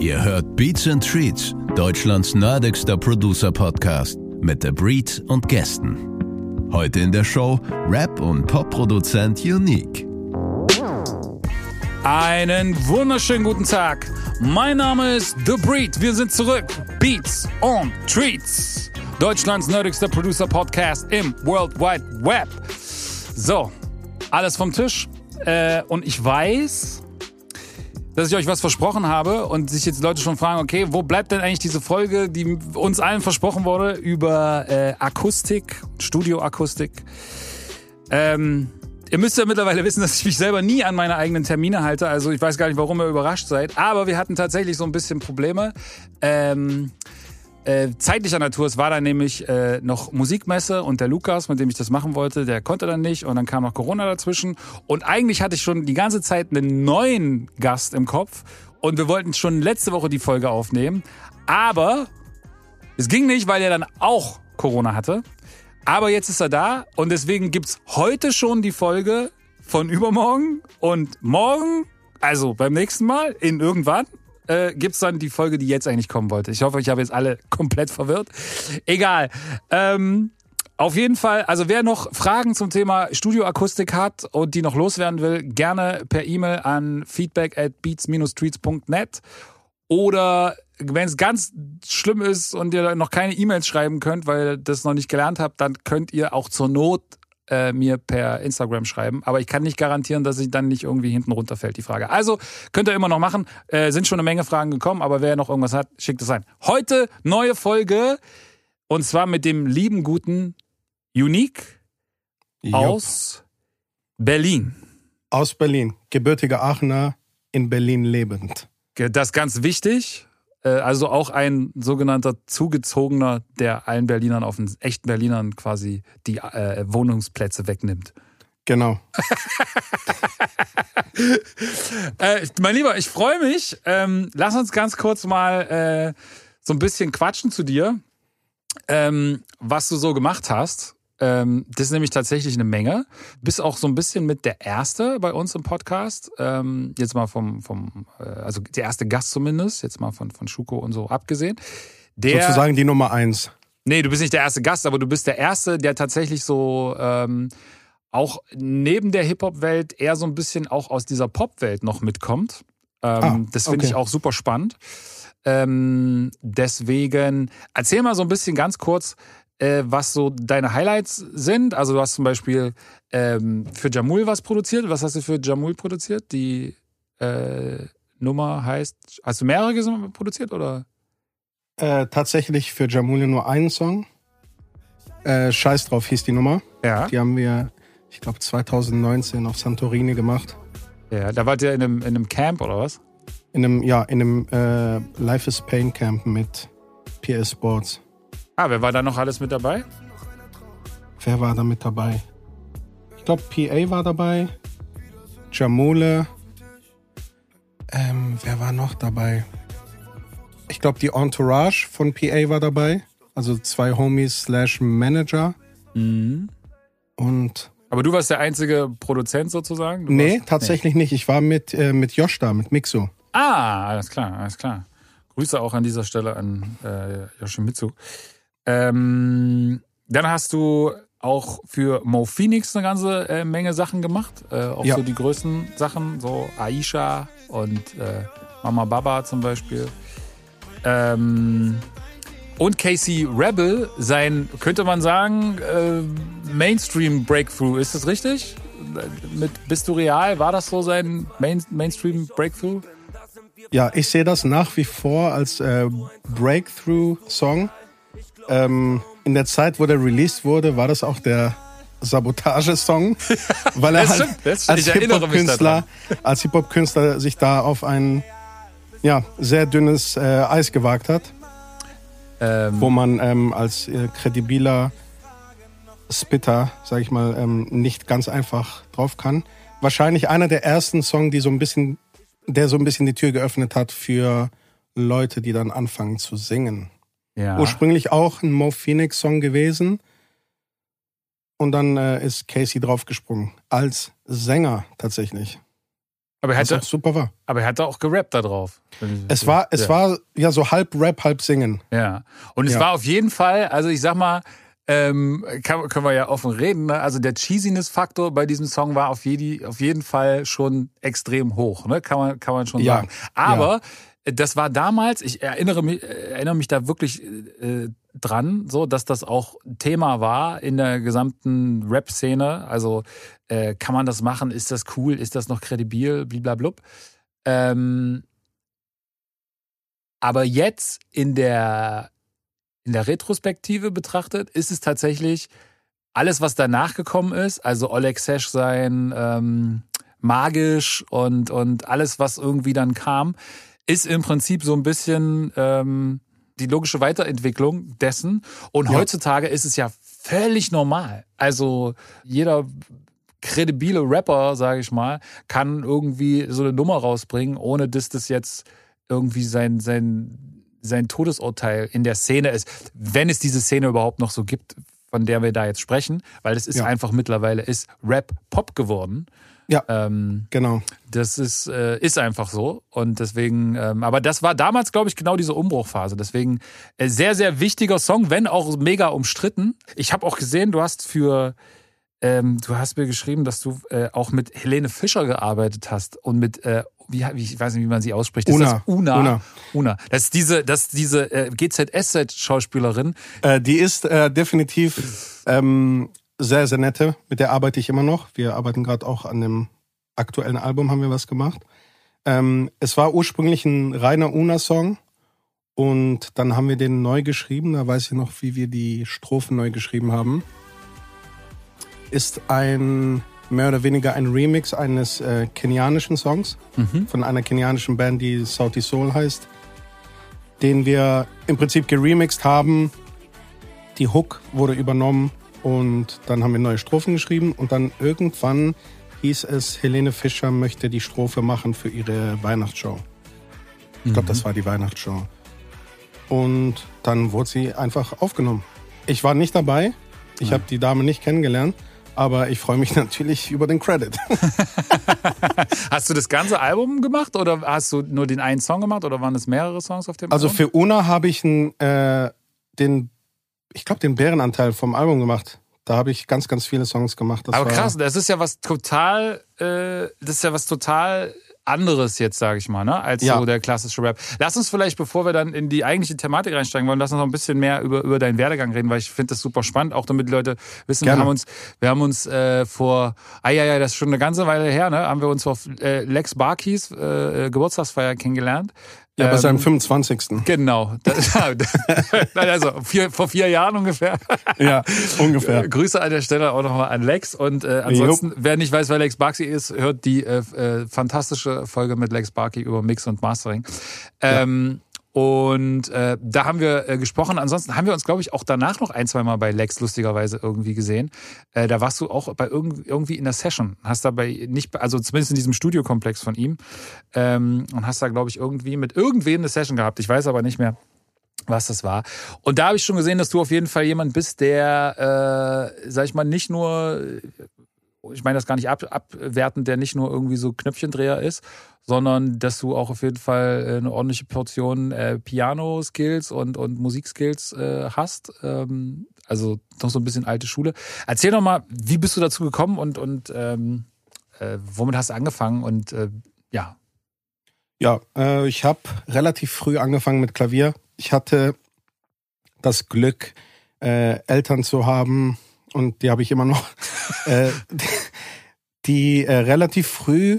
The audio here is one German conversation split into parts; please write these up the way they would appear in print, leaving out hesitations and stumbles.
Ihr hört Beats & Treats, Deutschlands nerdigster Producer-Podcast mit The Breed und Gästen. Heute in der Show Rap- und Pop-Produzent Unique. Einen wunderschönen guten Tag. Mein Name ist The Breed. Wir sind zurück. Beats und Treats. Deutschlands nerdigster Producer-Podcast im World Wide Web. So, alles vom Tisch. Und ich weiß, dass ich euch was versprochen habe und sich jetzt Leute schon fragen, okay, wo bleibt denn eigentlich diese Folge, die uns allen versprochen wurde, über Akustik, Studioakustik. Ihr müsst ja mittlerweile wissen, dass ich mich selber nie an meine eigenen Termine halte. Also ich weiß gar nicht, warum ihr überrascht seid. Aber wir hatten tatsächlich so ein bisschen Probleme. Zeitlicher Natur. Es war dann nämlich noch Musikmesse und der Lukas, mit dem ich das machen wollte, der konnte dann nicht. Und dann kam noch Corona dazwischen. Und eigentlich hatte ich schon die ganze Zeit einen neuen Gast im Kopf. Und wir wollten schon letzte Woche die Folge aufnehmen. Aber es ging nicht, weil er dann auch Corona hatte. Aber jetzt ist er da und deswegen gibt's heute schon die Folge von übermorgen und morgen, also beim nächsten Mal, irgendwann, gibt's dann die Folge, die jetzt eigentlich kommen wollte. Ich hoffe, ich habe jetzt alle komplett verwirrt. Egal. Auf jeden Fall, also wer noch Fragen zum Thema Studioakustik hat und die noch loswerden will, gerne per E-Mail an feedback@beats-treats.net oder wenn es ganz schlimm ist und ihr noch keine E-Mails schreiben könnt, weil ihr das noch nicht gelernt habt, dann könnt ihr auch zur Not mir per Instagram schreiben. Aber ich kann nicht garantieren, dass sie dann nicht irgendwie hinten runterfällt, die Frage. Also könnt ihr immer noch machen. Sind schon eine Menge Fragen gekommen, aber wer noch irgendwas hat, schickt es ein. Heute neue Folge und zwar mit dem lieben, guten Unique aus Berlin. Aus Berlin. Gebürtiger Aachener, in Berlin lebend. Das ist ganz wichtig. Also auch ein sogenannter Zugezogener, der allen Berlinern auf den echten Berlinern quasi die Wohnungsplätze wegnimmt. Genau. Mein Lieber, ich freue mich. Lass uns ganz kurz mal so ein bisschen quatschen zu dir, was du so gemacht hast. Das ist nämlich tatsächlich eine Menge. Bist auch so ein bisschen mit der Erste bei uns im Podcast. Jetzt mal also der erste Gast zumindest, jetzt mal von Schuko und so abgesehen. Sozusagen die Nummer 1. Nee, du bist nicht der erste Gast, aber du bist der Erste, der tatsächlich so auch neben der Hip-Hop-Welt eher so ein bisschen auch aus dieser Pop-Welt noch mitkommt. Das finde ich auch super spannend. Deswegen erzähl mal so ein bisschen ganz kurz, was so deine Highlights sind. Also du hast zum Beispiel für Jamul was produziert. Was hast du für Jamul produziert? Die Nummer heißt... Hast du mehrere produziert, oder? Tatsächlich für Jamul nur einen Song. Scheiß drauf hieß die Nummer. Ja. Die haben wir, ich glaube, 2019 auf Santorini gemacht. Ja, da wart ihr in einem Camp, oder was? In einem Life is Pain Camp mit PS Sports. Wer war da noch alles mit dabei? Wer war da mit dabei? Ich glaube, PA war dabei. Jamule. Wer war noch dabei? Ich glaube, die Entourage von PA war dabei. Also 2 Homies / Manager. Mhm. Und... Aber du warst der einzige Produzent sozusagen? Tatsächlich nicht. Ich war mit Josh da, mit Mixo. Alles klar. Grüße auch an dieser Stelle an Yoshimitsu. Dann hast du auch für Mo Phoenix eine ganze Menge Sachen gemacht. Auch so die größten Sachen, so Aisha und Mama Baba zum Beispiel. Und Casey Rebel, sein, könnte man sagen, Mainstream-Breakthrough. Ist das richtig? Mit Bist du real? War das so sein Mainstream-Breakthrough? Ja, ich sehe das nach wie vor als Breakthrough-Song. In der Zeit, wo der released wurde, war das auch der Sabotage-Song, weil er als Hip-Hop-Künstler sich da auf ein sehr dünnes Eis gewagt hat, wo man als kredibiler Spitter, sag ich mal, nicht ganz einfach drauf kann. Wahrscheinlich einer der ersten Songs, der so ein bisschen die Tür geöffnet hat für Leute, die dann anfangen zu singen. Ja. Ursprünglich auch ein Mo Phoenix Song gewesen. Und dann ist Casey draufgesprungen. Als Sänger tatsächlich. Aber was auch super war. Aber er hat auch gerappt da drauf. Es war ja so halb Rap, halb Singen. Ja. Und es war auf jeden Fall, also ich sag mal, können wir ja offen reden, ne? Also der Cheesiness-Faktor bei diesem Song war auf jeden Fall schon extrem hoch, ne? Kann man schon sagen. Aber das war damals, ich erinnere mich da wirklich dran, so dass das auch Thema war in der gesamten Rap-Szene. Also kann man das machen? Ist das cool? Ist das noch kredibil? Bliblablub. Aber jetzt in der Retrospektive betrachtet, ist es tatsächlich alles, was danach gekommen ist, also Oleg Sesh sein Magisch und alles, was irgendwie dann kam, ist im Prinzip so ein bisschen die logische Weiterentwicklung dessen. Und heutzutage ist es ja völlig normal. Also jeder kredibile Rapper, sage ich mal, kann irgendwie so eine Nummer rausbringen, ohne dass das jetzt irgendwie sein Todesurteil in der Szene ist, wenn es diese Szene überhaupt noch so gibt, von der wir da jetzt sprechen, weil das ist einfach mittlerweile Rap Pop geworden. Ja, genau. Das ist einfach so und deswegen, aber das war damals, glaube ich, genau diese Umbruchphase. Deswegen sehr, sehr wichtiger Song, wenn auch mega umstritten. Ich habe auch gesehen, du hast mir geschrieben, dass du auch mit Helene Fischer gearbeitet hast und mit ich weiß nicht, wie man sie ausspricht. Una. Das ist diese GZSZ-Schauspielerin. Die ist definitiv sehr, sehr nette. Mit der arbeite ich immer noch. Wir arbeiten gerade auch an dem aktuellen Album, haben wir was gemacht. Es war ursprünglich ein reiner Una-Song und dann haben wir den neu geschrieben. Da weiß ich noch, wie wir die Strophen neu geschrieben haben. Ist mehr oder weniger ein Remix eines kenianischen Songs von einer kenianischen Band, die Sauti Sol heißt, den wir im Prinzip geremixed haben. Die Hook wurde übernommen und dann haben wir neue Strophen geschrieben und dann irgendwann hieß es, Helene Fischer möchte die Strophe machen für ihre Weihnachtsshow. Ich glaube, das war die Weihnachtsshow. Und dann wurde sie einfach aufgenommen. Ich war nicht dabei, ich habe die Dame nicht kennengelernt, aber ich freue mich natürlich über den Credit. Hast du das ganze Album gemacht oder hast du nur den einen Song gemacht oder waren es mehrere Songs auf dem Album? Also für Una habe ich den Bärenanteil vom Album gemacht. Da habe ich ganz, ganz viele Songs gemacht. Aber krass, das ist ja was total anderes jetzt, sage ich mal, ne, als so der klassische Rap. Lass uns vielleicht, bevor wir dann in die eigentliche Thematik reinsteigen wollen, lass uns noch ein bisschen mehr über deinen Werdegang reden, weil ich finde das super spannend, auch damit die Leute wissen, wir haben uns vor, das ist schon eine ganze Weile her, ne, haben wir uns auf Lex Barkeys Geburtstagsfeier kennengelernt. Ja, bei seinem 25. Genau. Also vor 4 Jahren ungefähr. Ja, ungefähr. Grüße an der Stelle auch nochmal an Lex. Und ansonsten, wer nicht weiß, wer Lex Barkey ist, hört die fantastische Folge mit Lex Barkey über Mix und Mastering. Da haben wir gesprochen. Ansonsten haben wir uns, glaube ich, auch danach noch 1-2 Mal bei Lex lustigerweise irgendwie gesehen. Da warst du auch bei irgendwie in der Session. Hast dabei also zumindest in diesem Studiokomplex von ihm. Und hast da, glaube ich, irgendwie mit irgendwem eine Session gehabt. Ich weiß aber nicht mehr, was das war. Und da habe ich schon gesehen, dass du auf jeden Fall jemand bist, der, sag ich mal, nicht nur, ich meine das gar nicht abwertend, der nicht nur irgendwie so Knöpfchendreher ist, sondern dass du auch auf jeden Fall eine ordentliche Portion Piano-Skills und Musikskills hast. Also noch so ein bisschen alte Schule. Erzähl doch mal, wie bist du dazu gekommen und womit hast du angefangen? Und ja. Ja, ich habe relativ früh angefangen mit Klavier. Ich hatte das Glück, Eltern zu haben, und die habe ich immer noch, die relativ früh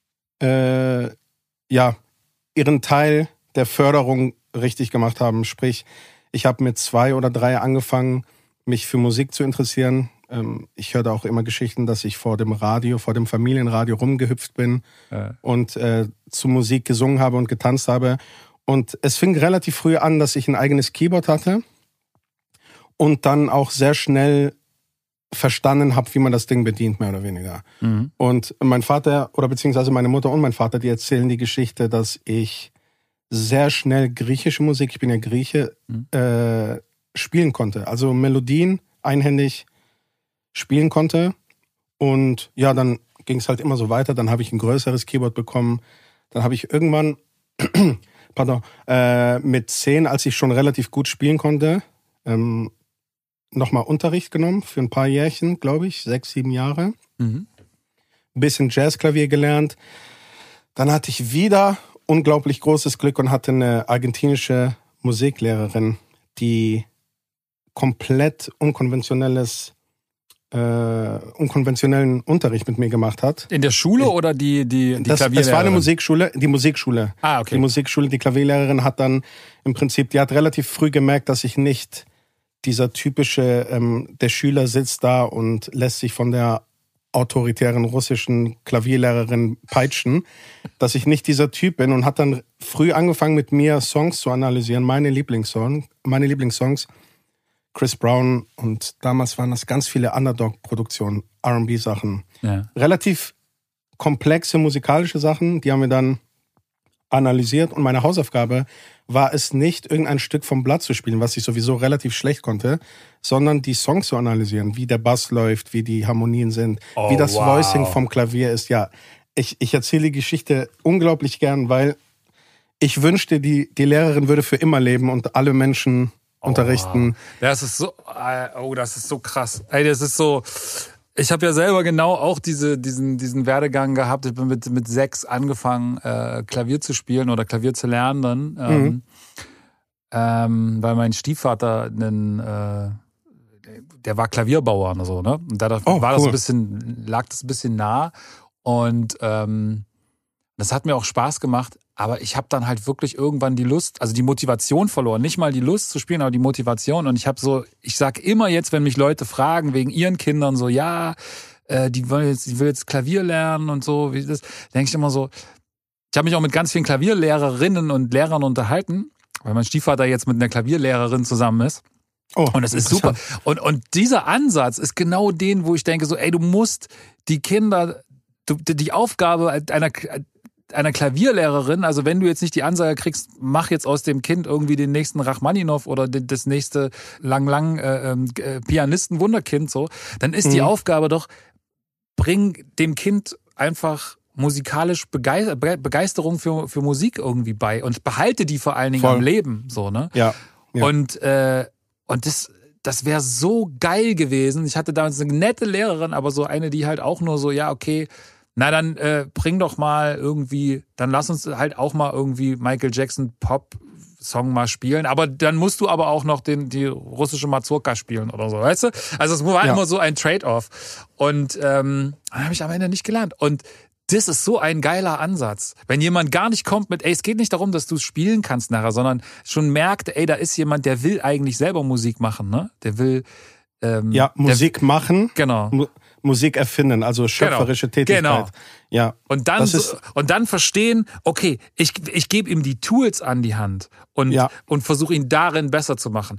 ihren Teil der Förderung richtig gemacht haben. Sprich, ich habe mit 2 oder 3 angefangen, mich für Musik zu interessieren. Ich hörte auch immer Geschichten, dass ich vor dem Familienradio rumgehüpft bin und zu Musik gesungen habe und getanzt habe. Und es fing relativ früh an, dass ich ein eigenes Keyboard hatte und dann auch sehr schnell verstanden habe, wie man das Ding bedient, mehr oder weniger. Mhm. Und mein Vater, oder beziehungsweise meine Mutter und mein Vater, die erzählen die Geschichte, dass ich sehr schnell griechische Musik, ich bin ja Grieche, spielen konnte. Also Melodien einhändig spielen konnte. Und ja, dann ging es halt immer so weiter. Dann habe ich ein größeres Keyboard bekommen. Dann habe ich irgendwann, mit 10, als ich schon relativ gut spielen konnte, nochmal Unterricht genommen für ein paar Jährchen, glaube ich, 6, 7 Jahre. Ein bisschen Jazzklavier gelernt. Dann hatte ich wieder unglaublich großes Glück und hatte eine argentinische Musiklehrerin, die komplett unkonventionellen Unterricht mit mir gemacht hat. In der Schule oder die Klavierlehrerin? Es war eine Musikschule, die Musikschule. Ah, okay. Die Musikschule, die Klavierlehrerin hat dann im Prinzip, die hat relativ früh gemerkt, dass ich nicht dieser typische, der Schüler sitzt da und lässt sich von der autoritären russischen Klavierlehrerin peitschen, dass ich nicht dieser Typ bin, und hat dann früh angefangen mit mir Songs zu analysieren, meine Lieblingssongs, Chris Brown, und damals waren das ganz viele Underdog-Produktionen, R&B-Sachen. Ja. Relativ komplexe musikalische Sachen, die haben wir dann analysiert, und meine Hausaufgabe war es nicht, irgendein Stück vom Blatt zu spielen, was ich sowieso relativ schlecht konnte, sondern die Songs zu analysieren, wie der Bass läuft, wie die Harmonien sind, wie das Voicing vom Klavier ist. Ja, ich erzähle die Geschichte unglaublich gern, weil ich wünschte, die Lehrerin würde für immer leben und alle Menschen unterrichten. Das ist so krass. Ey, das ist so. Ich habe ja selber genau auch diesen Werdegang gehabt. Ich bin mit 6 angefangen, Klavier zu spielen oder Klavier zu lernen dann. Weil mein Stiefvater der war Klavierbauer und so, ne? Und da lag das ein bisschen nah. Und das hat mir auch Spaß gemacht. Aber ich habe dann halt wirklich irgendwann die Lust, also die Motivation verloren. Nicht mal die Lust zu spielen, aber die Motivation. Und ich sag immer jetzt, wenn mich Leute fragen wegen ihren Kindern so, ja, die will jetzt Klavier lernen und so, wie das, denke ich immer so. Ich habe mich auch mit ganz vielen Klavierlehrerinnen und Lehrern unterhalten, weil mein Stiefvater jetzt mit einer Klavierlehrerin zusammen ist. Oh, und das ist super. Und dieser Ansatz ist genau den, wo ich denke so, ey, du musst die Kinder, die Aufgabe einer Klavierlehrerin, also wenn du jetzt nicht die Ansage kriegst, mach jetzt aus dem Kind irgendwie den nächsten Rachmaninow oder das nächste Pianisten-Wunderkind, so, dann ist die Aufgabe doch, bring dem Kind einfach musikalisch Begeisterung für Musik irgendwie bei und behalte die vor allen Dingen am Leben, so, ne? Ja. Und das wäre so geil gewesen. Ich hatte damals eine nette Lehrerin, aber so eine, die halt auch nur so, ja, okay, na dann bring doch mal irgendwie, dann lass uns halt auch mal irgendwie Michael Jackson Pop-Song mal spielen, aber dann musst du aber auch noch die russische Mazurka spielen oder so, weißt du? Also es war immer so ein Trade-off. Und dann habe ich am Ende nicht gelernt. Und das ist so ein geiler Ansatz. Wenn jemand gar nicht kommt mit, ey, es geht nicht darum, dass du es spielen kannst nachher, sondern schon merkt, ey, da ist jemand, der will eigentlich selber Musik machen, ne? Der will Musik machen. Genau. Musik erfinden, also schöpferische Tätigkeit. Genau. Ja. Und dann verstehen, okay, ich gebe ihm die Tools an die Hand und versuche ihn darin besser zu machen.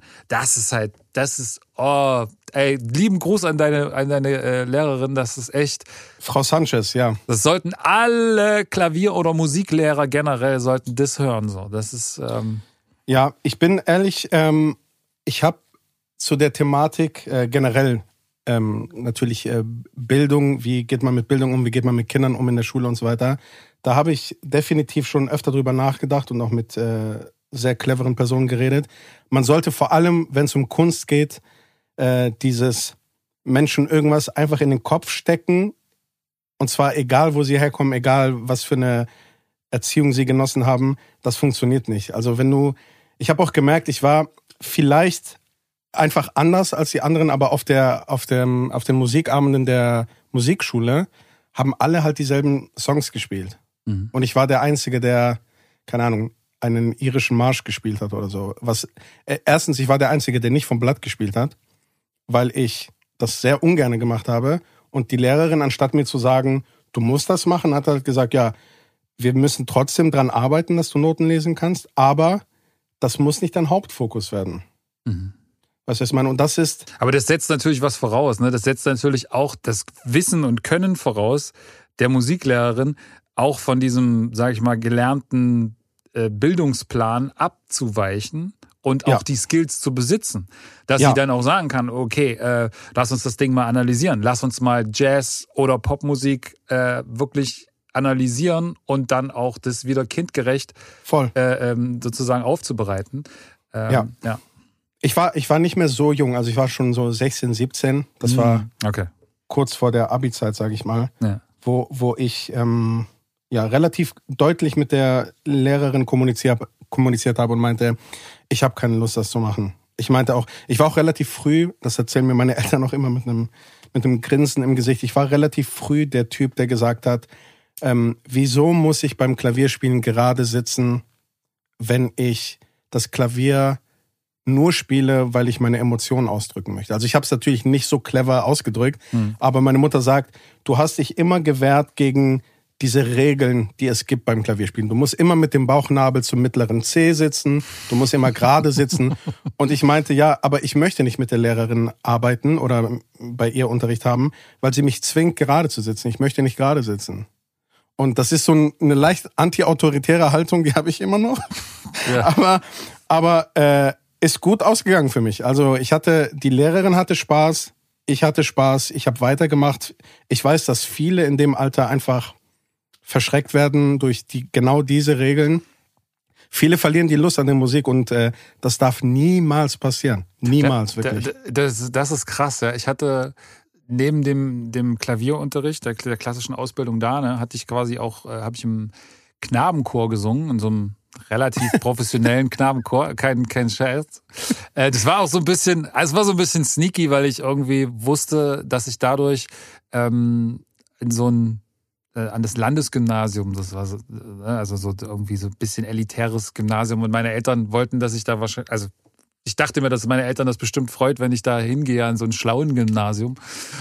Lieben Gruß an deine Lehrerin, das ist echt. Frau Sanchez, ja. Das sollten alle Klavier- oder Musiklehrer generell sollten das hören, so. Das ist, Ja, ich bin ehrlich, ich habe zu der Thematik generell natürlich Bildung, wie geht man mit Bildung um, wie geht man mit Kindern um in der Schule und so weiter. Da habe ich definitiv schon öfter drüber nachgedacht und auch mit sehr cleveren Personen geredet. Man sollte vor allem, wenn es um Kunst geht, dieses Menschen irgendwas einfach in den Kopf stecken, und zwar egal, wo sie herkommen, egal, was für eine Erziehung sie genossen haben, das funktioniert nicht. Also ich habe auch gemerkt, ich war vielleicht einfach anders als die anderen, aber auf den Musikabenden der Musikschule haben alle halt dieselben Songs gespielt. Mhm. Und ich war der Einzige, der, keine Ahnung, einen irischen Marsch gespielt hat oder so. Erstens, ich war der Einzige, der nicht vom Blatt gespielt hat, weil ich das sehr ungern gemacht habe. Und die Lehrerin, anstatt mir zu sagen, du musst das machen, hat halt gesagt, ja, wir müssen trotzdem dran arbeiten, dass du Noten lesen kannst, aber das muss nicht dein Hauptfokus werden. Mhm. Weißt du, was ich meine? Und das ist. Aber das setzt natürlich was voraus, ne? Das setzt natürlich auch das Wissen und Können voraus der Musiklehrerin, auch von diesem, sag ich mal, gelernten Bildungsplan abzuweichen und auch die Skills zu besitzen. Dass sie dann auch sagen kann, okay, lass uns das Ding mal analysieren. Lass uns mal Jazz oder Popmusik wirklich analysieren und dann auch das wieder kindgerecht sozusagen aufzubereiten. Ja. Ich war nicht mehr so jung, also ich war schon so 16, 17. Das war kurz vor der Abi-Zeit, sage ich mal, wo ich relativ deutlich mit der Lehrerin kommuniziert habe und meinte, ich habe keine Lust, das zu machen. Ich meinte auch, ich war auch relativ früh, das erzählen mir meine Eltern auch immer mit einem Grinsen im Gesicht, ich war relativ früh der Typ, der gesagt hat, wieso muss ich beim Klavierspielen gerade sitzen, wenn ich das Klavier nur spiele, weil ich meine Emotionen ausdrücken möchte. Also ich habe es natürlich nicht so clever ausgedrückt, aber meine Mutter sagt, du hast dich immer gewehrt gegen diese Regeln, die es gibt beim Klavierspielen. Du musst immer mit dem Bauchnabel zum mittleren C sitzen, du musst immer gerade sitzen. Und ich meinte, ja, aber ich möchte nicht mit der Lehrerin arbeiten oder bei ihr Unterricht haben, weil sie mich zwingt, gerade zu sitzen. Ich möchte nicht gerade sitzen. Und das ist so eine leicht anti-autoritäre Haltung, die habe ich immer noch. Ja. Aber ist gut ausgegangen für mich. Also die Lehrerin hatte Spaß, ich hatte Spaß, ich habe weitergemacht. Ich weiß, dass viele in dem Alter einfach verschreckt werden durch genau diese Regeln. Viele verlieren die Lust an der Musik und das darf niemals passieren. Niemals, wirklich. Das ist krass, ja. Ich hatte neben dem Klavierunterricht, der klassischen Ausbildung da, hatte ich quasi auch, habe ich im Knabenchor gesungen, in so einem relativ professionellen Knabenchor, kein Scherz. Das war auch so ein bisschen, es war so ein bisschen sneaky, weil ich irgendwie wusste, dass ich dadurch in so ein an das Landesgymnasium, das war so, also so irgendwie so ein bisschen elitäres Gymnasium und meine Eltern wollten, dass ich da wahrscheinlich, also ich dachte mir, dass meine Eltern das bestimmt freut, wenn ich da hingehe an so ein schlauen Gymnasium.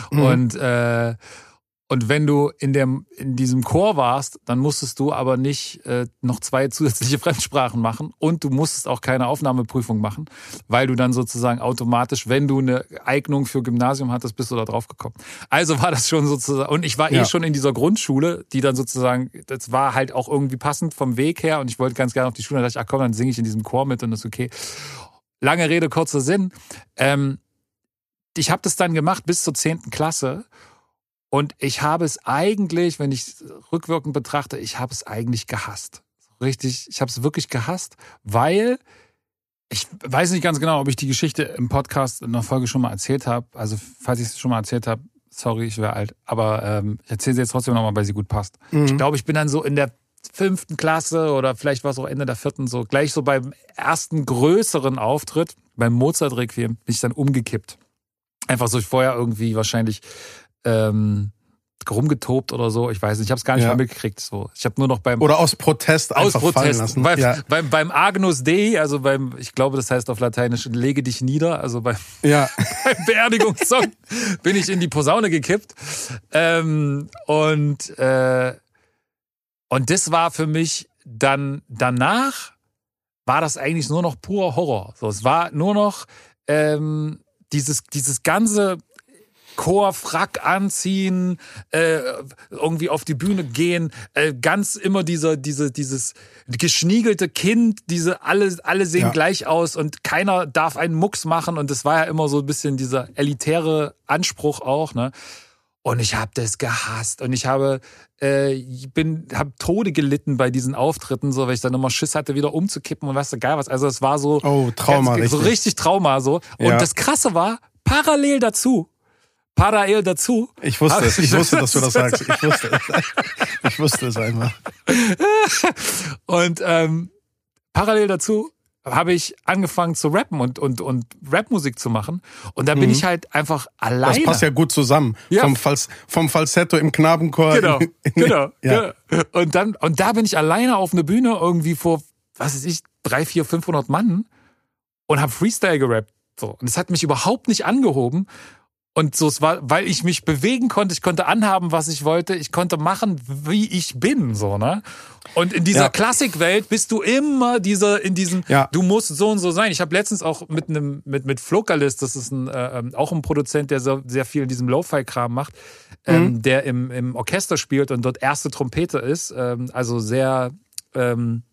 Und wenn du in diesem Chor warst, dann musstest du aber nicht noch 2 zusätzliche Fremdsprachen machen und du musstest auch keine Aufnahmeprüfung machen, weil du dann sozusagen automatisch, wenn du eine Eignung für Gymnasium hattest, bist du da drauf gekommen. Also war das schon sozusagen, und ich war schon in dieser Grundschule, die dann sozusagen, das war halt auch irgendwie passend vom Weg her und ich wollte ganz gerne auf die Schule, da dachte ich, ach komm, dann singe ich in diesem Chor mit und das ist okay. Lange Rede, kurzer Sinn. Ich habe das dann gemacht bis zur 10. Klasse. Und ich habe es eigentlich, wenn ich es rückwirkend betrachte, ich habe es eigentlich gehasst. Richtig, ich habe es wirklich gehasst, weil ich weiß nicht ganz genau, ob ich die Geschichte im Podcast in einer Folge schon mal erzählt habe. Also falls ich es schon mal erzählt habe, sorry, ich wäre alt. Aber ich erzähle sie jetzt trotzdem nochmal, weil sie gut passt. Ich glaube, ich bin dann so in der 5. Klasse oder vielleicht war es auch Ende der 4. so, gleich so beim ersten größeren Auftritt, beim Mozart-Requiem, bin ich dann umgekippt. Einfach so vorher irgendwie wahrscheinlich rumgetobt oder so, ich weiß nicht, ich habe es gar nicht mehr mitgekriegt. So. Ich habe nur noch oder aus Protest einfach fallen lassen. Beim Agnus Dei, also ich glaube, das heißt auf Lateinisch, lege dich nieder, also beim Beerdigungssong bin ich in die Posaune gekippt. Und das war für mich dann, danach war das eigentlich nur noch purer Horror. So, es war nur noch dieses ganze Chor, Frack anziehen, irgendwie auf die Bühne gehen, ganz immer dieses geschniegelte Kind, alle sehen gleich aus und keiner darf einen Mucks machen und das war ja immer so ein bisschen dieser elitäre Anspruch auch, ne? Und ich habe das gehasst und ich habe Tode gelitten bei diesen Auftritten, so, weil ich dann immer Schiss hatte, wieder umzukippen und weißt du, geil was. Also es war so Trauma, so richtig Trauma so. Und das Krasse war, parallel dazu. Ich wusste, dass du das sagst. Ich wusste es einfach. Und parallel dazu habe ich angefangen zu rappen und Rapmusik zu machen. Und da bin ich halt einfach alleine. Das passt ja gut zusammen. Ja. Vom Falsetto im Knabenchor. Genau. Ja. Und da bin ich alleine auf einer Bühne irgendwie vor, 300, 400, 500 Mann und habe Freestyle gerappt. So. Und das hat mich überhaupt nicht angehoben. Und so, es war, weil ich mich bewegen konnte, ich konnte anhaben, was ich wollte, ich konnte machen, wie ich bin, so, ne? Und in dieser Klassikwelt bist du immer du musst so und so sein. Ich habe letztens auch mit Flokalist, das ist auch ein Produzent, der sehr, sehr viel in diesem Lo-Fi-Kram macht, der im Orchester spielt und dort erste Trompete ist, also sehr,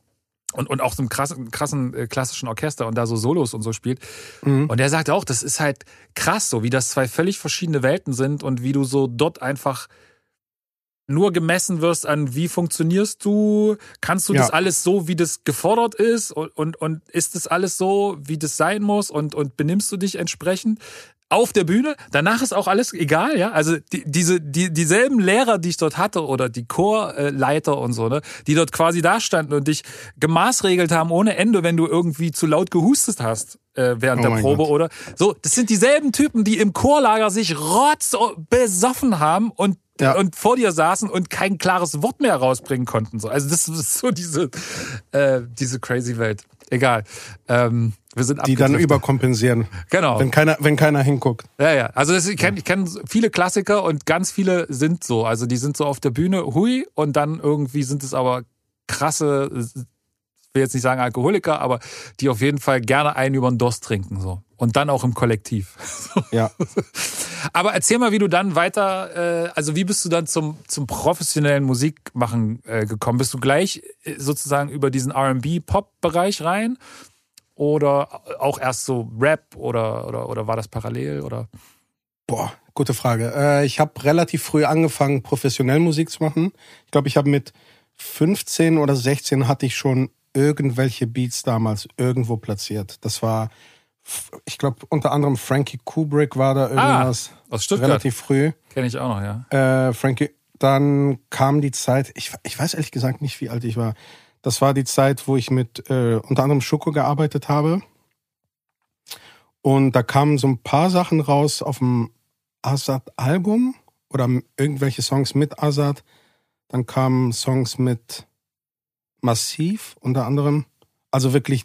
und auch so einem krassen klassischen Orchester und da so Solos und so spielt. Und der sagt auch, das ist halt krass so, wie das zwei völlig verschiedene Welten sind und wie du so dort einfach nur gemessen wirst an, wie funktionierst du, kannst du das alles so, wie das gefordert ist und ist das alles so, wie das sein muss und benimmst du dich entsprechend auf der Bühne? Danach ist auch alles egal, ja. Also dieselben Lehrer, die ich dort hatte oder die Chorleiter und so, ne, die dort quasi da standen und dich gemaßregelt haben ohne Ende, wenn du irgendwie zu laut gehustet hast während der Probe oder so. Das sind dieselben Typen, die im Chorlager sich rotzbesoffen haben und vor dir saßen und kein klares Wort mehr rausbringen konnten. So. Also das ist so diese crazy Welt. Egal. Wir sind die dann überkompensieren. Genau. Wenn keiner hinguckt. Ja. Also ich kenn viele Klassiker und ganz viele sind so. Also die sind so auf der Bühne, hui, und dann irgendwie sind es aber krasse, ich will jetzt nicht sagen Alkoholiker, aber die auf jeden Fall gerne einen über den Durst trinken. So. Und dann auch im Kollektiv. Ja. Aber erzähl mal, wie du dann weiter, also wie bist du dann zum professionellen Musikmachen gekommen? Bist du gleich sozusagen über diesen R&B-Pop-Bereich rein? Oder auch erst so Rap oder war das parallel? Oder? Boah, gute Frage. Ich habe relativ früh angefangen, professionell Musik zu machen. Ich glaube, ich habe mit 15 oder 16 hatte ich schon irgendwelche Beats damals irgendwo platziert. Das war, ich glaube, unter anderem Frankie Kubrick war da irgendwas. Aus Stuttgart. Relativ früh. Kenn ich auch noch, ja. Frankie, dann kam die Zeit, ich weiß ehrlich gesagt nicht, wie alt ich war. Das war die Zeit, wo ich mit unter anderem Schoko gearbeitet habe. Und da kamen so ein paar Sachen raus auf dem Azad-Album oder irgendwelche Songs mit Azad. Dann kamen Songs mit Massiv unter anderem. Also wirklich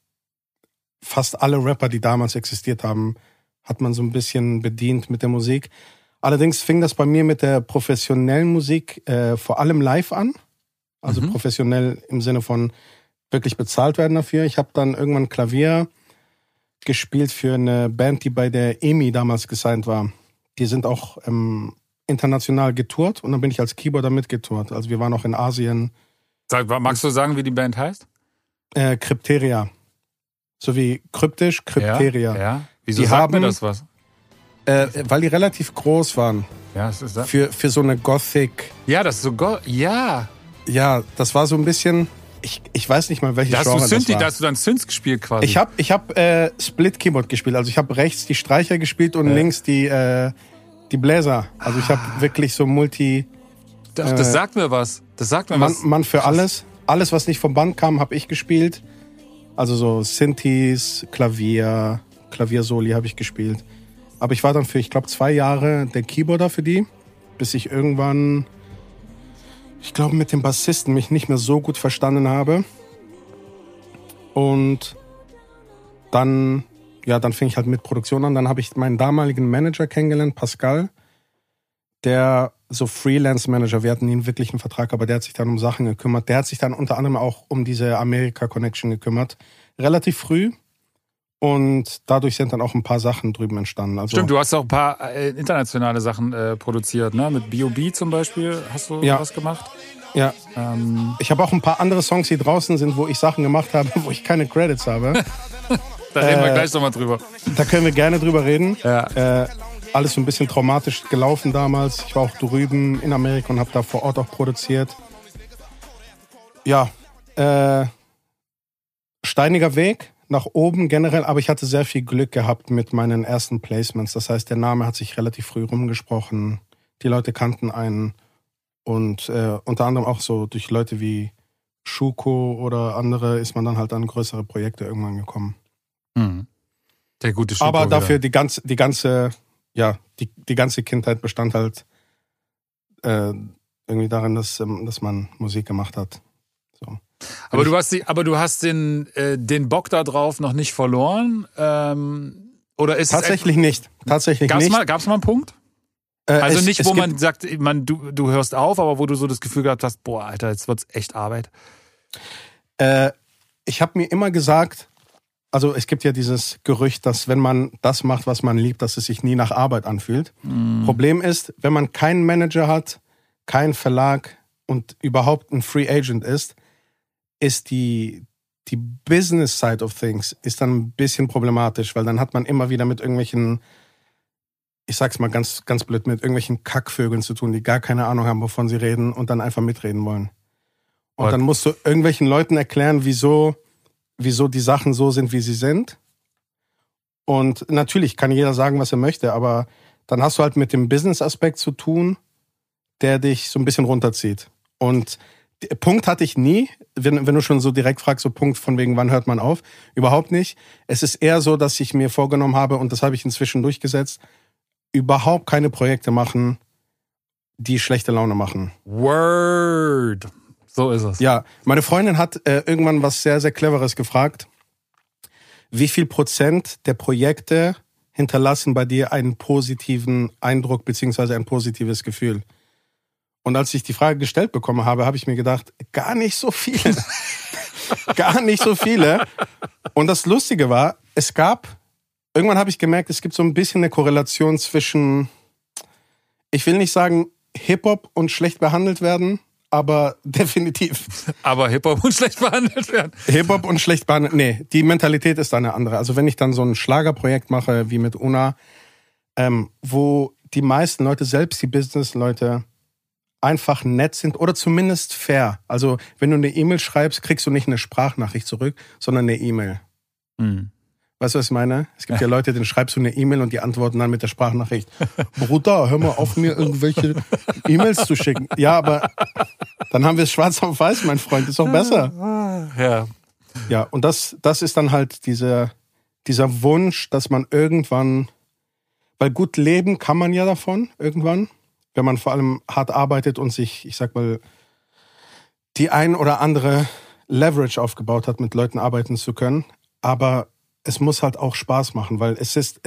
fast alle Rapper, die damals existiert haben, hat man so ein bisschen bedient mit der Musik. Allerdings fing das bei mir mit der professionellen Musik vor allem live an. Also professionell im Sinne von wirklich bezahlt werden dafür. Ich habe dann irgendwann Klavier gespielt für eine Band, die bei der EMI damals gesigned war. Die sind auch international getourt und dann bin ich als Keyboarder mitgetourt. Also wir waren auch in Asien. Magst du sagen, wie die Band heißt? Crypteria. So wie kryptisch, Crypteria. Ja. Wieso sagt mir das was? Weil die relativ groß waren. Ja, was ist das? Für so eine Gothic. Ja, das ist so ja. Ja, das war so ein bisschen. Ich weiß nicht mal, welches Genre das war. Da hast du dann Synths gespielt quasi? Ich hab Split Keyboard gespielt. Also ich habe rechts die Streicher gespielt und links die Bläser. Also ich habe wirklich so Multi. Das sagt mir was. Das sagt mir was. Mann für alles. Alles, was nicht vom Band kam, habe ich gespielt. Also so Synthes, Klaviersoli habe ich gespielt. Aber ich war dann für, ich glaube, 2 Jahre der Keyboarder für die, bis ich irgendwann, ich glaube, mit dem Bassisten mich nicht mehr so gut verstanden habe. Und dann fing ich halt mit Produktion an. Dann habe ich meinen damaligen Manager kennengelernt, Pascal, der so Freelance-Manager, wir hatten nie einen wirklichen Vertrag, aber der hat sich dann um Sachen gekümmert. Der hat sich dann unter anderem auch um diese Amerika-Connection gekümmert. Relativ früh. Und dadurch sind dann auch ein paar Sachen drüben entstanden. Also, stimmt, du hast auch ein paar internationale Sachen produziert, ne? Mit B.O.B. zum Beispiel hast du was gemacht? Ja. Ich habe auch ein paar andere Songs, die draußen sind, wo ich Sachen gemacht habe, wo ich keine Credits habe. Da reden wir gleich nochmal drüber. Da können wir gerne drüber reden. Ja. Alles so ein bisschen traumatisch gelaufen damals. Ich war auch drüben in Amerika und habe da vor Ort auch produziert. Ja, steiniger Weg nach oben generell, aber ich hatte sehr viel Glück gehabt mit meinen ersten Placements. Das heißt, der Name hat sich relativ früh rumgesprochen. Die Leute kannten einen und unter anderem auch so durch Leute wie Schuko oder andere ist man dann halt an größere Projekte irgendwann gekommen. Mhm. Der gute Schuko. Aber dafür die ganze Kindheit bestand halt irgendwie darin, dass man Musik gemacht hat. So. Aber du hast den Bock da drauf noch nicht verloren? Oder ist Tatsächlich nicht. Gab's mal einen Punkt? Also nicht, wo man sagt, du hörst auf, aber wo du so das Gefühl gehabt hast, boah, Alter, jetzt wird's echt Arbeit. Ich habe mir immer gesagt, also es gibt ja dieses Gerücht, dass wenn man das macht, was man liebt, dass es sich nie nach Arbeit anfühlt. Problem ist, wenn man keinen Manager hat, keinen Verlag und überhaupt ein Free Agent ist die die Business Side of Things ist dann ein bisschen problematisch, weil dann hat man immer wieder mit irgendwelchen, ich sag's mal ganz, ganz blöd, mit irgendwelchen Kackvögeln zu tun, die gar keine Ahnung haben, wovon sie reden und dann einfach mitreden wollen. Und dann musst du irgendwelchen Leuten erklären, wieso die Sachen so sind, wie sie sind. Und natürlich kann jeder sagen, was er möchte, aber dann hast du halt mit dem Business-Aspekt zu tun, der dich so ein bisschen runterzieht. Und Punkt hatte ich nie, wenn du schon so direkt fragst, so Punkt von wegen, wann hört man auf? Überhaupt nicht. Es ist eher so, dass ich mir vorgenommen habe, und das habe ich inzwischen durchgesetzt, überhaupt keine Projekte machen, die schlechte Laune machen. Word. So ist es. Ja, meine Freundin hat irgendwann was sehr, sehr Cleveres gefragt. Wie viel % der Projekte hinterlassen bei dir einen positiven Eindruck beziehungsweise ein positives Gefühl? Und als ich die Frage gestellt bekommen habe, habe ich mir gedacht, gar nicht so viele. Gar nicht so viele. Und das Lustige war, irgendwann habe ich gemerkt, es gibt so ein bisschen eine Korrelation zwischen, ich will nicht sagen Hip-Hop und schlecht behandelt werden, aber definitiv. Aber Hip-Hop und schlecht behandelt werden. Hip-Hop und schlecht behandelt, nee, die Mentalität ist da eine andere. Also wenn ich dann so ein Schlagerprojekt mache, wie mit Una, wo die meisten Leute, selbst die Business-Leute, einfach nett sind oder zumindest fair. Also wenn du eine E-Mail schreibst, kriegst du nicht eine Sprachnachricht zurück, sondern eine E-Mail. Mhm. Weißt du, was ich meine? Es gibt ja Leute, denen schreibst du eine E-Mail und die antworten dann mit der Sprachnachricht. Bruder, hör mal auf, mir irgendwelche E-Mails zu schicken. Ja, aber dann haben wir es schwarz auf weiß, mein Freund. Ist doch besser. Ja. Ja, und das ist dann halt dieser Wunsch, dass man irgendwann, weil gut leben kann man ja davon irgendwann, wenn man vor allem hart arbeitet und sich, ich sag mal, die ein oder andere Leverage aufgebaut hat, mit Leuten arbeiten zu können. Aber es muss halt auch Spaß machen, weil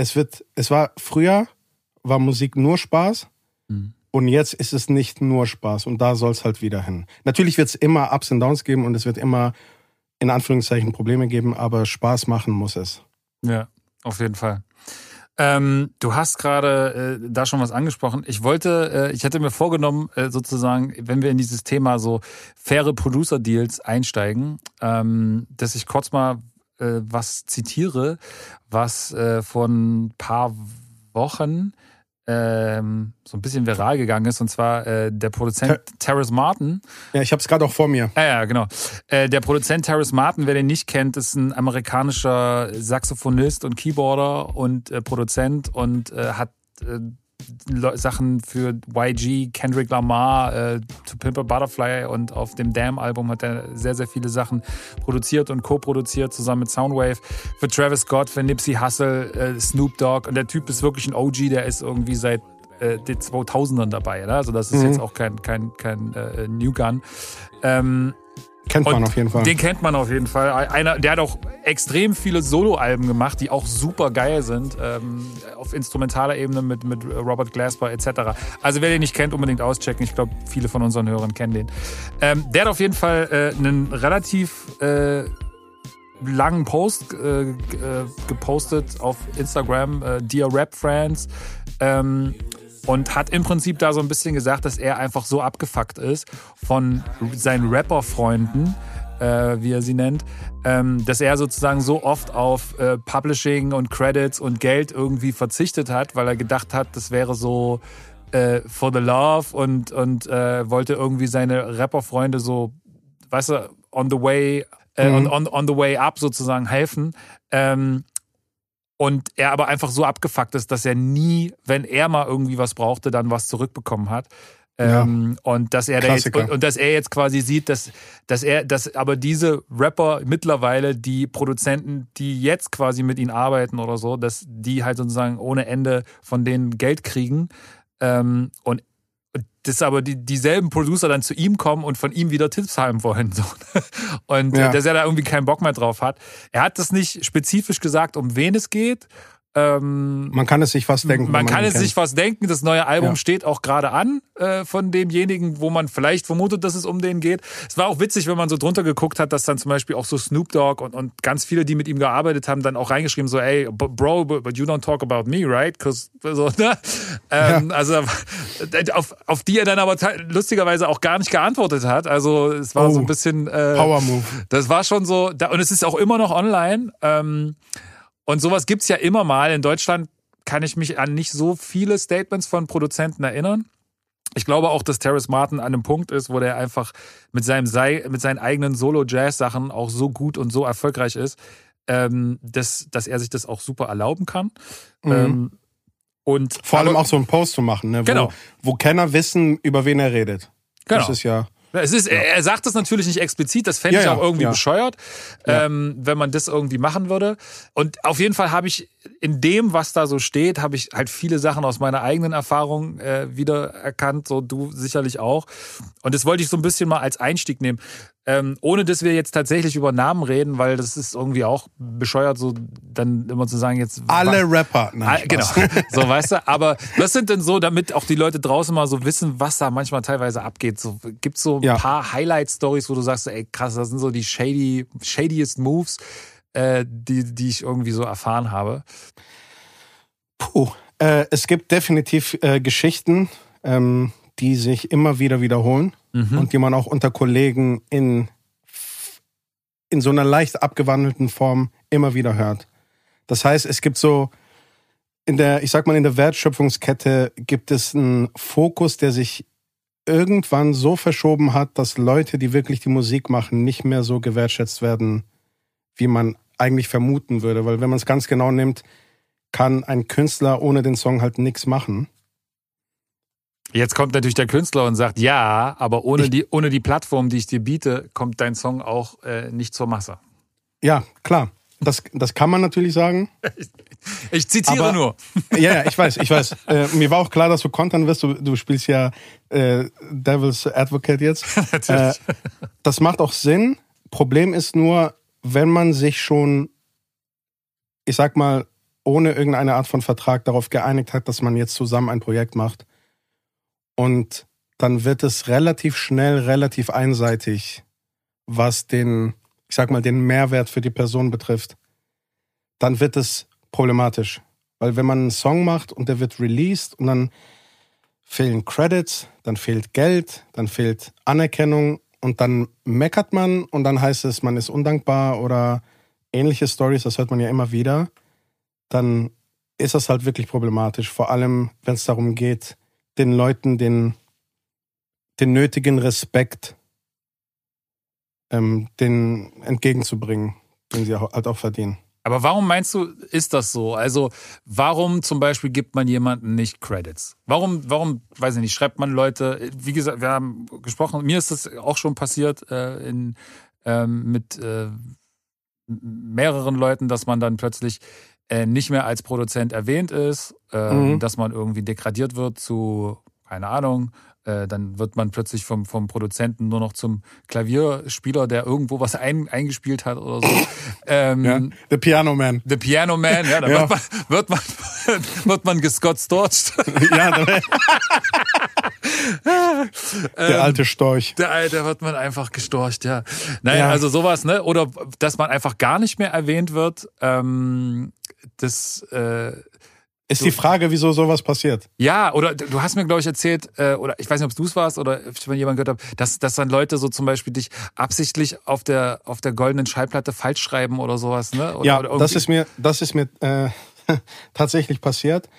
früher war Musik nur Spaß und jetzt ist es nicht nur Spaß und da soll es halt wieder hin. Natürlich wird es immer Ups und Downs geben und es wird immer in Anführungszeichen Probleme geben, aber Spaß machen muss es. Ja, auf jeden Fall. Du hast gerade da schon was angesprochen. Ich hätte mir vorgenommen, sozusagen, wenn wir in dieses Thema so faire Producer-Deals einsteigen, dass ich kurz mal was zitiere, was vor ein paar Wochen so ein bisschen viral gegangen ist, und zwar der Produzent Terrace Martin. Ja, ich habe es gerade auch vor mir. Ja, genau. Der Produzent Terrace Martin, wer den nicht kennt, ist ein amerikanischer Saxophonist und Keyboarder und Produzent und hat Sachen für YG, Kendrick Lamar, To Pimp a Butterfly, und auf dem Damn-Album hat er sehr, sehr viele Sachen produziert und co-produziert, zusammen mit Soundwave, für Travis Scott, für Nipsey Hussle, Snoop Dogg, und der Typ ist wirklich ein OG, der ist irgendwie seit den 2000ern dabei, ne? Also das ist jetzt auch kein New Gun. Kennt man auf jeden Fall. Den kennt man auf jeden Fall. Der hat auch extrem viele Soloalben gemacht, die auch super geil sind. Auf instrumentaler Ebene mit Robert Glasper etc. Also wer den nicht kennt, unbedingt auschecken. Ich glaube, viele von unseren Hörern kennen den. Der hat auf jeden Fall einen relativ langen Post gepostet auf Instagram, Dear Rap Friends. Und hat im Prinzip da so ein bisschen gesagt, dass er einfach so abgefuckt ist von seinen Rapper-Freunden, wie er sie nennt, dass er sozusagen so oft auf Publishing und Credits und Geld irgendwie verzichtet hat, weil er gedacht hat, das wäre so for the love und wollte irgendwie seine Rapper-Freunde so, weißt du, on the way up sozusagen helfen. Und er aber einfach so abgefuckt ist, dass er nie, wenn er mal irgendwie was brauchte, dann was zurückbekommen hat. Und dass er jetzt quasi sieht, dass aber diese Rapper mittlerweile, die Produzenten, die jetzt quasi mit ihnen arbeiten oder so, dass die halt sozusagen ohne Ende von denen Geld kriegen. Und dass aber dieselben Producer dann zu ihm kommen und von ihm wieder Tipps haben wollen. So. Und dass er da irgendwie keinen Bock mehr drauf hat. Er hat das nicht spezifisch gesagt, um wen es geht, Man kann es sich fast denken. Man kann es sich fast denken. Das neue Album steht auch gerade an von demjenigen, wo man vielleicht vermutet, dass es um den geht. Es war auch witzig, wenn man so drunter geguckt hat, dass dann zum Beispiel auch so Snoop Dogg und ganz viele, die mit ihm gearbeitet haben, dann auch reingeschrieben so, ey, bro, but you don't talk about me, right? So, ne? Also auf die er dann aber lustigerweise auch gar nicht geantwortet hat. Also es war so ein bisschen Power Move. Das war schon so, und es ist auch immer noch online. Und sowas gibt's ja immer mal. In Deutschland kann ich mich an nicht so viele Statements von Produzenten erinnern. Ich glaube auch, dass Terrace Martin an einem Punkt ist, wo der einfach mit seinen eigenen Solo-Jazz-Sachen auch so gut und so erfolgreich ist, dass er sich das auch super erlauben kann. Und vor allem auch so einen Post zu machen, ne? Wo Kenner wissen, über wen er redet. Genau. Das ist ja... Er sagt das natürlich nicht explizit, das fände ich auch irgendwie bescheuert, wenn man das irgendwie machen würde. Und auf jeden Fall habe ich in dem, was da so steht, habe ich halt viele Sachen aus meiner eigenen Erfahrung wiedererkannt, so du sicherlich auch. Und das wollte ich so ein bisschen mal als Einstieg nehmen. Ohne dass wir jetzt tatsächlich über Namen reden, weil das ist irgendwie auch bescheuert, so dann immer zu sagen, jetzt... Alle Rapper. Nein, genau, so weißt du. Aber was sind denn so, damit auch die Leute draußen mal so wissen, was da manchmal teilweise abgeht? So, gibt's so ein paar Highlight-Stories, wo du sagst, ey krass, das sind so die shadiest Moves, die ich irgendwie so erfahren habe? Es gibt definitiv Geschichten, die sich immer wieder wiederholen. Und die man auch unter Kollegen in so einer leicht abgewandelten Form immer wieder hört. Das heißt, es gibt so in der Wertschöpfungskette gibt es einen Fokus, der sich irgendwann so verschoben hat, dass Leute, die wirklich die Musik machen, nicht mehr so gewertschätzt werden, wie man eigentlich vermuten würde. Weil wenn man es ganz genau nimmt, kann ein Künstler ohne den Song halt nichts machen. Jetzt kommt natürlich der Künstler und sagt, ja, aber ohne die Plattform, die ich dir biete, kommt dein Song auch nicht zur Masse. Ja, klar. Das kann man natürlich sagen. Ich zitiere nur. Ja, ich weiß. Mir war auch klar, dass du kontern wirst. Du spielst ja Devil's Advocate jetzt. Natürlich. Das macht auch Sinn. Problem ist nur, wenn man sich schon, ich sag mal, ohne irgendeine Art von Vertrag darauf geeinigt hat, dass man jetzt zusammen ein Projekt macht, und dann wird es relativ schnell, relativ einseitig, was den Mehrwert für die Person betrifft. Dann wird es problematisch. Weil wenn man einen Song macht und der wird released und dann fehlen Credits, dann fehlt Geld, dann fehlt Anerkennung und dann meckert man und dann heißt es, man ist undankbar oder ähnliche Stories, das hört man ja immer wieder, dann ist das halt wirklich problematisch. Vor allem, wenn es darum geht, den Leuten den nötigen Respekt den entgegenzubringen, den sie halt auch verdienen. Aber warum meinst du, ist das so? Also warum zum Beispiel gibt man jemandem nicht Credits? Warum, weiß ich nicht, schreibt man Leute, wie gesagt, wir haben gesprochen, mir ist das auch schon passiert mit mehreren Leuten, dass man dann plötzlich nicht mehr als Produzent erwähnt ist, dass man irgendwie degradiert wird zu, keine Ahnung, dann wird man plötzlich vom Produzenten nur noch zum Klavierspieler, der irgendwo was eingespielt hat oder so. The Piano Man. The Piano Man, ja, dann wird man gescott-storched. Ja, der alte Storch. Der wird man einfach gestorcht, ja. Naja, also sowas, ne? Oder dass man einfach gar nicht mehr erwähnt wird, ist die Frage, wieso sowas passiert. Ja, oder du hast mir, glaube ich, erzählt, oder ich weiß nicht, ob du es warst oder ich von jemandem gehört habe, dass dann Leute so zum Beispiel dich absichtlich auf der goldenen Schallplatte falsch schreiben oder sowas, ne? Oder das ist mir tatsächlich passiert.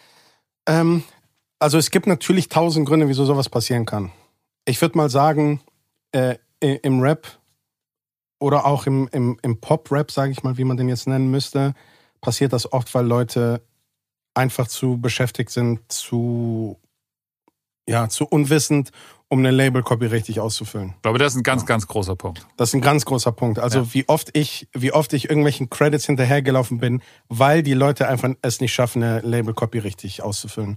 Also es gibt natürlich 1000 Gründe, wieso sowas passieren kann. Ich würde mal sagen, im Rap oder auch im Pop-Rap, sage ich mal, wie man den jetzt nennen müsste, passiert das oft, weil Leute einfach zu beschäftigt sind, zu unwissend, um eine Label-Copy richtig auszufüllen. Ich glaube, das ist ein ganz, ganz großer Punkt. Das ist ein ganz großer Punkt. Also wie oft ich irgendwelchen Credits hinterhergelaufen bin, weil die Leute einfach es nicht schaffen, eine Label-Copy richtig auszufüllen.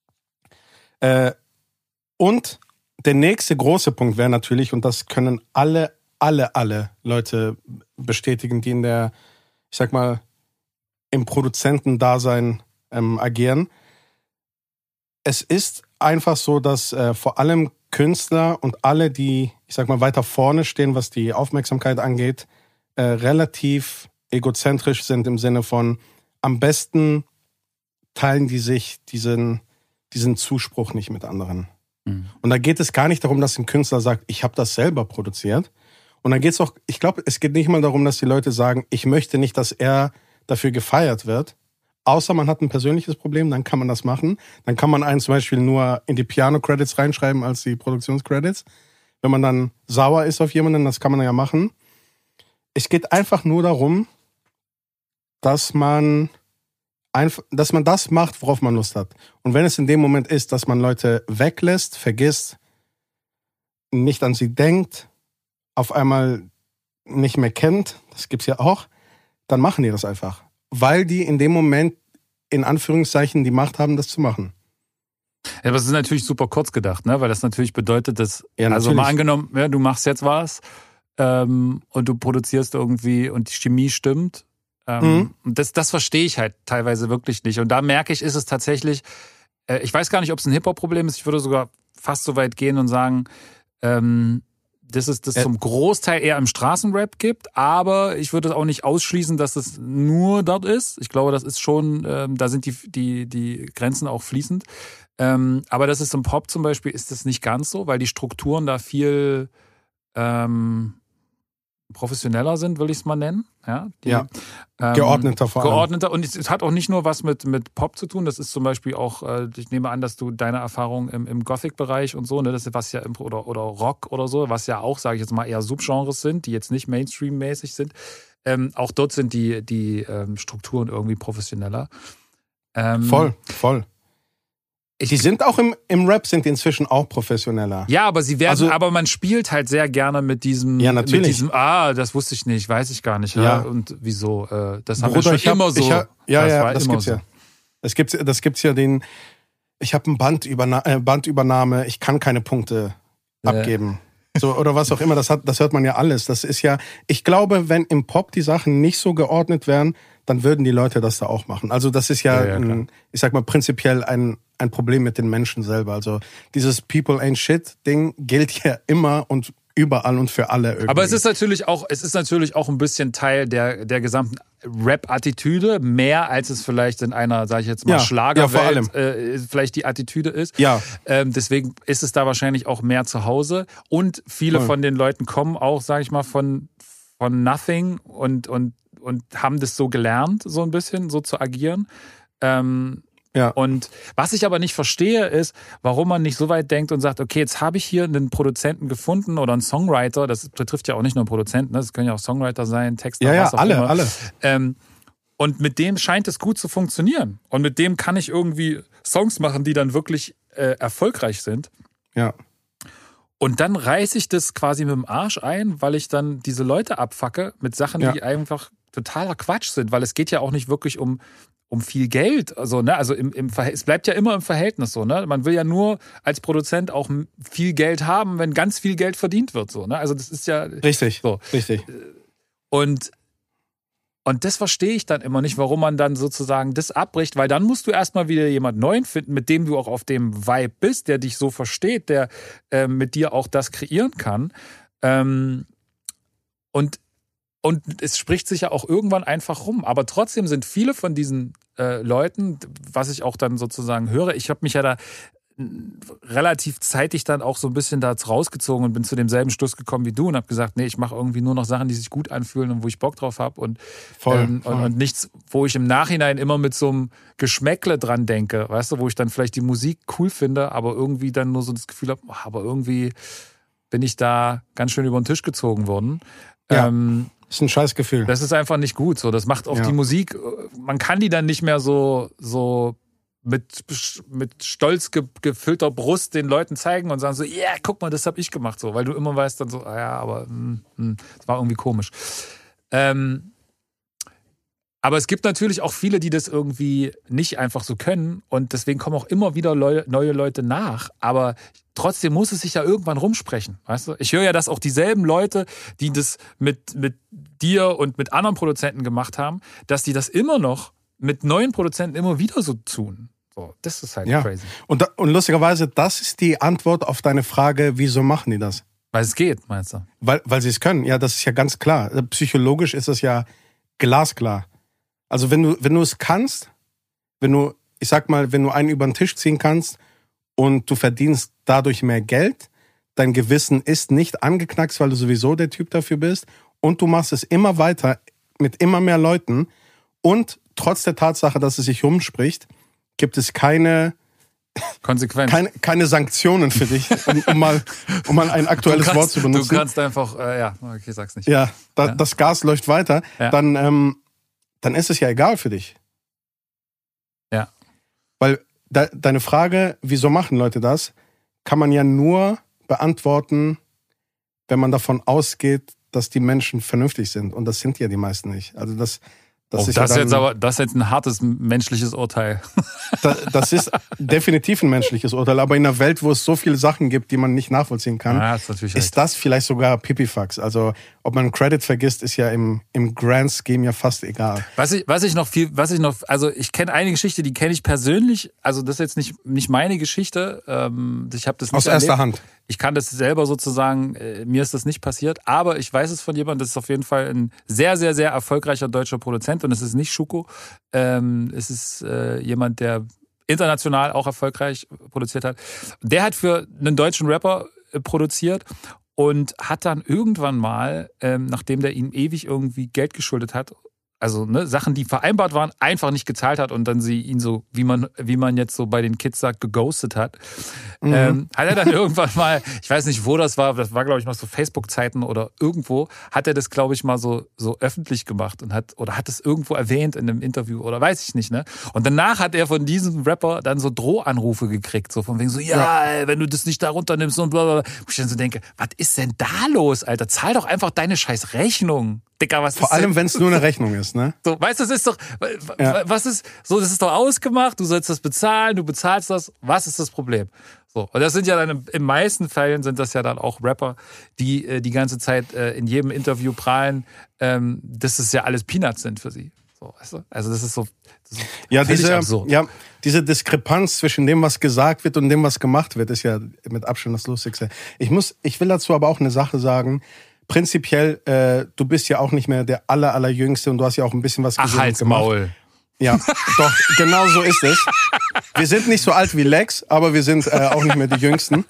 Und der nächste große Punkt wäre natürlich, und das können alle Leute bestätigen, die in der, ich sag mal, im Produzentendasein agieren. Es ist einfach so, dass vor allem Künstler und alle, die, ich sag mal, weiter vorne stehen, was die Aufmerksamkeit angeht, relativ egozentrisch sind im Sinne von, am besten teilen die sich diesen Zuspruch nicht mit anderen. Mhm. Und da geht es gar nicht darum, dass ein Künstler sagt, ich habe das selber produziert. Und dann geht es auch, ich glaube, es geht nicht mal darum, dass die Leute sagen, ich möchte nicht, dass er dafür gefeiert wird. Außer man hat ein persönliches Problem, dann kann man das machen. Dann kann man einen zum Beispiel nur in die Piano-Credits reinschreiben als die Produktionscredits. Wenn man dann sauer ist auf jemanden, das kann man ja machen. Es geht einfach nur darum, dass man das macht, worauf man Lust hat. Und wenn es in dem Moment ist, dass man Leute weglässt, vergisst, nicht an sie denkt, auf einmal nicht mehr kennt, das gibt's ja auch, dann machen die das einfach. Weil die in dem Moment, in Anführungszeichen, die Macht haben, das zu machen. Ja, aber es ist natürlich super kurz gedacht, ne? Weil das natürlich bedeutet, dass, ja, also mal angenommen, ja, du machst jetzt was und du produzierst irgendwie und die Chemie stimmt. Und das verstehe ich halt teilweise wirklich nicht. Und da merke ich, ist es tatsächlich, ich weiß gar nicht, ob es ein Hip-Hop-Problem ist. Ich würde sogar fast so weit gehen und sagen, dass es das zum Großteil eher im Straßenrap gibt. Aber ich würde auch nicht ausschließen, dass es nur dort ist. Ich glaube, das ist schon, da sind die Grenzen auch fließend. Aber das ist im Pop zum Beispiel, ist das nicht ganz so, weil die Strukturen da viel professioneller sind, will ich es mal nennen. Ja, geordneter vor allem. Geordneter. Und es hat auch nicht nur was mit Pop zu tun. Das ist zum Beispiel auch, ich nehme an, dass du deine Erfahrung im Gothic-Bereich und so, ne, das ist was ja oder Rock oder so, was ja auch, sage ich jetzt mal, eher Subgenres sind, die jetzt nicht Mainstream-mäßig sind. Auch dort sind die Strukturen irgendwie professioneller. Voll. Die sind auch im Rap sind die inzwischen auch professioneller. Ja, aber sie werden, aber man spielt halt sehr gerne mit diesem, das wusste ich nicht, weiß ich gar nicht. Ja. Und wieso? Das haben wir schon immer so. Das gibt's ja. Das gibt's ja ich habe eine Bandübernahme, ich kann keine Punkte abgeben. So, oder was auch immer, das hört man ja alles. Das ist ja, ich glaube, wenn im Pop die Sachen nicht so geordnet wären, dann würden die Leute das da auch machen. Also das ist ja ich sag mal, prinzipiell ein Problem mit den Menschen selber. Also dieses People ain't shit Ding gilt ja immer und überall und für alle irgendwie. Aber es ist natürlich auch ein bisschen Teil der gesamten Rap-Attitüde, mehr als es vielleicht in einer, sage ich jetzt mal, Schlagerwelt vielleicht die Attitüde ist. Ja. Deswegen ist es da wahrscheinlich auch mehr zu Hause. Und viele von den Leuten kommen auch, sage ich mal, von Nothing und haben das so gelernt, so ein bisschen, so zu agieren. Und was ich aber nicht verstehe, ist, warum man nicht so weit denkt und sagt, okay, jetzt habe ich hier einen Produzenten gefunden oder einen Songwriter, das betrifft ja auch nicht nur Produzenten, das können ja auch Songwriter sein, Texter, was auch immer. alle. Und mit dem scheint es gut zu funktionieren. Und mit dem kann ich irgendwie Songs machen, die dann wirklich erfolgreich sind. Ja. Und dann reiße ich das quasi mit dem Arsch ein, weil ich dann diese Leute abfacke mit Sachen, die einfach totaler Quatsch sind, weil es geht ja auch nicht wirklich um viel Geld, also, ne? Also es bleibt ja immer im Verhältnis so, ne? Man will ja nur als Produzent auch viel Geld haben, wenn ganz viel Geld verdient wird, so, ne? Also das ist ja richtig. So. Richtig. Und das verstehe ich dann immer nicht, warum man dann sozusagen das abbricht, weil dann musst du erstmal wieder jemand Neuen finden, mit dem du auch auf dem Vibe bist, der dich so versteht, der mit dir auch das kreieren kann. Und es spricht sich ja auch irgendwann einfach rum. Aber trotzdem sind viele von diesen Leuten, was ich auch dann sozusagen höre, ich habe mich ja da relativ zeitig dann auch so ein bisschen da rausgezogen und bin zu demselben Schluss gekommen wie du und habe gesagt, nee, ich mache irgendwie nur noch Sachen, die sich gut anfühlen und wo ich Bock drauf habe und nichts, wo ich im Nachhinein immer mit so einem Geschmäckle dran denke, weißt du, wo ich dann vielleicht die Musik cool finde, aber irgendwie dann nur so das Gefühl habe, aber irgendwie bin ich da ganz schön über den Tisch gezogen worden. Ja. Das ist ein scheiß Gefühl. Das ist einfach nicht gut. So, das macht auch die Musik, man kann die dann nicht mehr so mit stolz gefüllter Brust den Leuten zeigen und sagen so, yeah, guck mal, das habe ich gemacht. So, weil du immer weißt dann so, aber das war irgendwie komisch. Aber es gibt natürlich auch viele, die das irgendwie nicht einfach so können und deswegen kommen auch immer wieder neue Leute nach. Aber trotzdem muss es sich ja irgendwann rumsprechen, weißt du? Ich höre ja, dass auch dieselben Leute, die das mit dir und mit anderen Produzenten gemacht haben, dass die das immer noch mit neuen Produzenten immer wieder so tun. So, das ist halt crazy. Und lustigerweise, das ist die Antwort auf deine Frage, wieso machen die das? Weil es geht, meinst du? Weil sie es können. Ja, das ist ja ganz klar. Psychologisch ist das ja glasklar. Also wenn du es kannst, wenn du einen über den Tisch ziehen kannst und du verdienst dadurch mehr Geld, dein Gewissen ist nicht angeknackst, weil du sowieso der Typ dafür bist und du machst es immer weiter mit immer mehr Leuten und trotz der Tatsache, dass es sich rumspricht, gibt es keine Konsequenz. Keine Sanktionen für dich, um mal ein aktuelles Wort zu benutzen. Du kannst einfach, okay, sag's nicht. Ja, das Gas läuft weiter, dann ist es ja egal für dich. Ja. Weil deine Frage, wieso machen Leute das, kann man ja nur beantworten, wenn man davon ausgeht, dass die Menschen vernünftig sind. Und das sind ja die meisten nicht. Also das ist jetzt ein hartes menschliches Urteil. Das ist definitiv ein menschliches Urteil, aber in einer Welt, wo es so viele Sachen gibt, die man nicht nachvollziehen kann, ist das vielleicht sogar Pipifax. Also ob man einen Credit vergisst, ist ja im Grand Scheme ja fast egal. Also ich kenne eine Geschichte, die kenne ich persönlich, also das ist jetzt nicht meine Geschichte, ich habe das nicht aus erster Hand. Ich kann das selber sozusagen, mir ist das nicht passiert, aber ich weiß es von jemandem, das ist auf jeden Fall ein sehr, sehr, sehr erfolgreicher deutscher Produzent und es ist nicht Schuko, es ist jemand, der international auch erfolgreich produziert hat. Der hat für einen deutschen Rapper produziert und hat dann irgendwann mal, nachdem der ihm ewig irgendwie Geld geschuldet hat, also Sachen, die vereinbart waren, einfach nicht gezahlt hat und dann sie ihn so, wie man jetzt so bei den Kids sagt, geghostet hat, hat er dann irgendwann mal, ich weiß nicht, wo das war glaube ich noch so Facebook-Zeiten oder irgendwo, hat er das glaube ich mal so öffentlich gemacht und hat es irgendwo erwähnt in einem Interview oder weiß ich nicht, ne? Und danach hat er von diesem Rapper dann so Drohanrufe gekriegt, so von wegen so, wenn du das nicht da runternimmst und blablabla. Wo ich dann so denke, was ist denn da los, Alter? Zahl doch einfach deine scheiß Rechnung. Dicker, was Vor allem, wenn es nur eine Rechnung ist, ne? So, weißt du, das ist doch, was ist, so, das ist doch ausgemacht, du sollst das bezahlen, du bezahlst das, was ist das Problem? So, und das sind ja dann, in meisten Fällen sind das ja dann auch Rapper, die die ganze Zeit in jedem Interview prahlen, dass es ja alles Peanuts sind für sie. So, weißt du? Also das ist so, absurd. Diese Diskrepanz zwischen dem, was gesagt wird und dem, was gemacht wird, ist ja mit Abstand das Lustigste. Ich will dazu aber auch eine Sache sagen. Prinzipiell, du bist ja auch nicht mehr der allerjüngste und du hast ja auch ein bisschen was gesund gemacht. Maul. Ja, doch, genau so ist es. Wir sind nicht so alt wie Lex, aber wir sind auch nicht mehr die Jüngsten.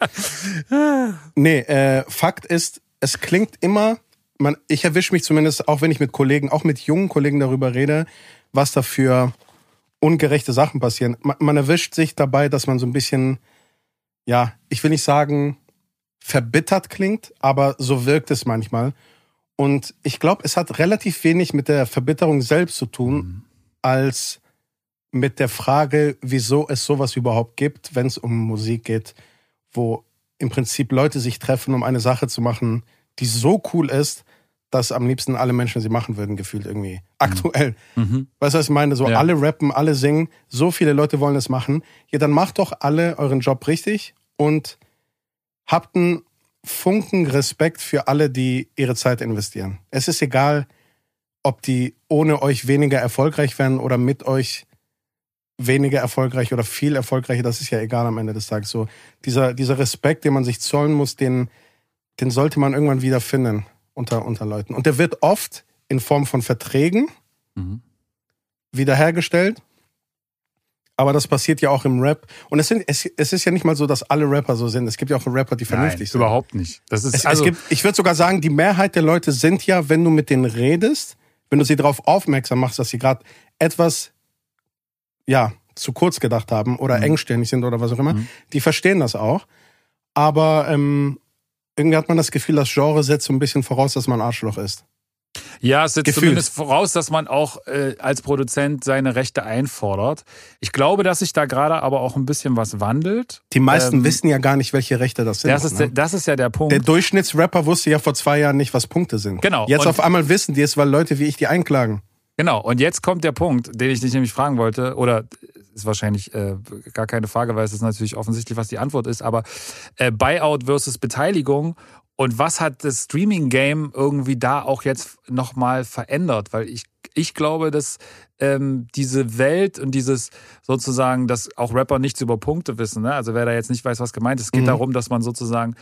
Nee, Fakt ist, es klingt immer, ich erwische mich zumindest, auch wenn ich mit Kollegen, auch mit jungen Kollegen darüber rede, was da für ungerechte Sachen passieren. Man erwischt sich dabei, dass man so ein bisschen, ich will nicht sagen, verbittert klingt, aber so wirkt es manchmal. Und ich glaube, es hat relativ wenig mit der Verbitterung selbst zu tun, als mit der Frage, wieso es sowas überhaupt gibt, wenn es um Musik geht, wo im Prinzip Leute sich treffen, um eine Sache zu machen, die so cool ist, dass am liebsten alle Menschen sie machen würden, gefühlt irgendwie. Aktuell. Weißt du, was ich meine? So alle rappen, alle singen, so viele Leute wollen es machen. Ja, dann macht doch alle euren Job richtig und habt einen Funken Respekt für alle, die ihre Zeit investieren. Es ist egal, ob die ohne euch weniger erfolgreich werden oder mit euch weniger erfolgreich oder viel erfolgreicher. Das ist ja egal am Ende des Tages. So, dieser Respekt, den man sich zollen muss, den sollte man irgendwann wieder finden unter Leuten. Und der wird oft in Form von Verträgen wiederhergestellt. Aber das passiert ja auch im Rap. Und es ist ja nicht mal so, dass alle Rapper so sind. Es gibt ja auch Rapper, die vernünftig sind. Überhaupt nicht. Ich würde sogar sagen, die Mehrheit der Leute sind ja, wenn du mit denen redest, wenn du sie darauf aufmerksam machst, dass sie gerade etwas, zu kurz gedacht haben oder engstirnig sind oder was auch immer, die verstehen das auch. Aber irgendwie hat man das Gefühl, das Genre setzt so ein bisschen voraus, dass man ein Arschloch ist. Ja, es setzt zumindest voraus, dass man auch als Produzent seine Rechte einfordert. Ich glaube, dass sich da gerade aber auch ein bisschen was wandelt. Die meisten wissen ja gar nicht, welche Rechte das sind. Das ist ja der Punkt. Der Durchschnittsrapper wusste ja vor 2 Jahren nicht, was Punkte sind. Genau. Jetzt auf einmal wissen die es, weil Leute wie ich die einklagen. Genau. Und jetzt kommt der Punkt, den ich dich nämlich fragen wollte, oder ist wahrscheinlich gar keine Frage, weil es ist natürlich offensichtlich, was die Antwort ist, aber Buyout versus Beteiligung. Und was hat das Streaming-Game irgendwie da auch jetzt nochmal verändert? Weil ich glaube, dass diese Welt und dieses sozusagen, dass auch Rapper nichts über Punkte wissen, ne? Also wer da jetzt nicht weiß, was gemeint ist, es geht darum, dass man sozusagen,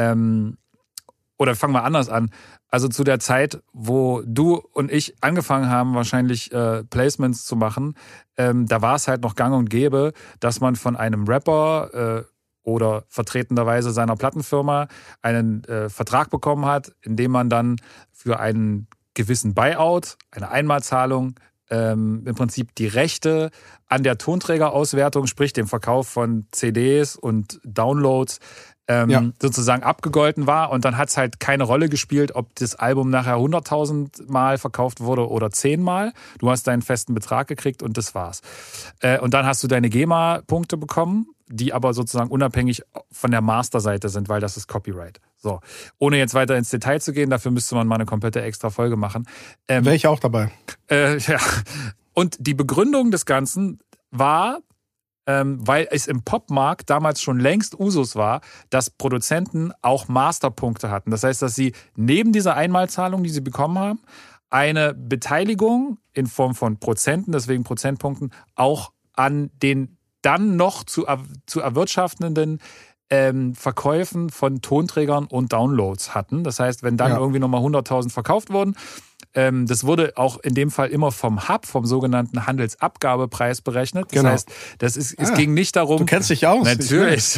oder fangen wir anders an, also zu der Zeit, wo du und ich angefangen haben, wahrscheinlich Placements zu machen, da war es halt noch gang und gäbe, dass man von einem Rapper oder vertretenderweise seiner Plattenfirma einen Vertrag bekommen hat, in dem man dann für einen gewissen Buyout, eine Einmalzahlung, im Prinzip die Rechte an der Tonträgerauswertung, sprich dem Verkauf von CDs und Downloads, sozusagen abgegolten war. Und dann hat es halt keine Rolle gespielt, ob das Album nachher 100.000 Mal verkauft wurde oder 10 Mal. Du hast deinen festen Betrag gekriegt und das war's. Und dann hast du deine GEMA-Punkte bekommen, die aber sozusagen unabhängig von der Masterseite sind, weil das ist Copyright. So, ohne jetzt weiter ins Detail zu gehen, dafür müsste man mal eine komplette extra Folge machen. Wäre ich auch dabei. Ja. Und die Begründung des Ganzen war, weil es im Popmarkt damals schon längst Usus war, dass Produzenten auch Masterpunkte hatten. Das heißt, dass sie neben dieser Einmalzahlung, die sie bekommen haben, eine Beteiligung in Form von Prozenten, deswegen Prozentpunkten, auch an den dann noch zu erwirtschaftenden Verkäufen von Tonträgern und Downloads hatten. Das heißt, wenn dann irgendwie nochmal 100.000 verkauft wurden, das wurde auch in dem Fall immer vom Hub, vom sogenannten Handelsabgabepreis berechnet. Das heißt, es ging nicht darum... Du kennst dich aus. Natürlich.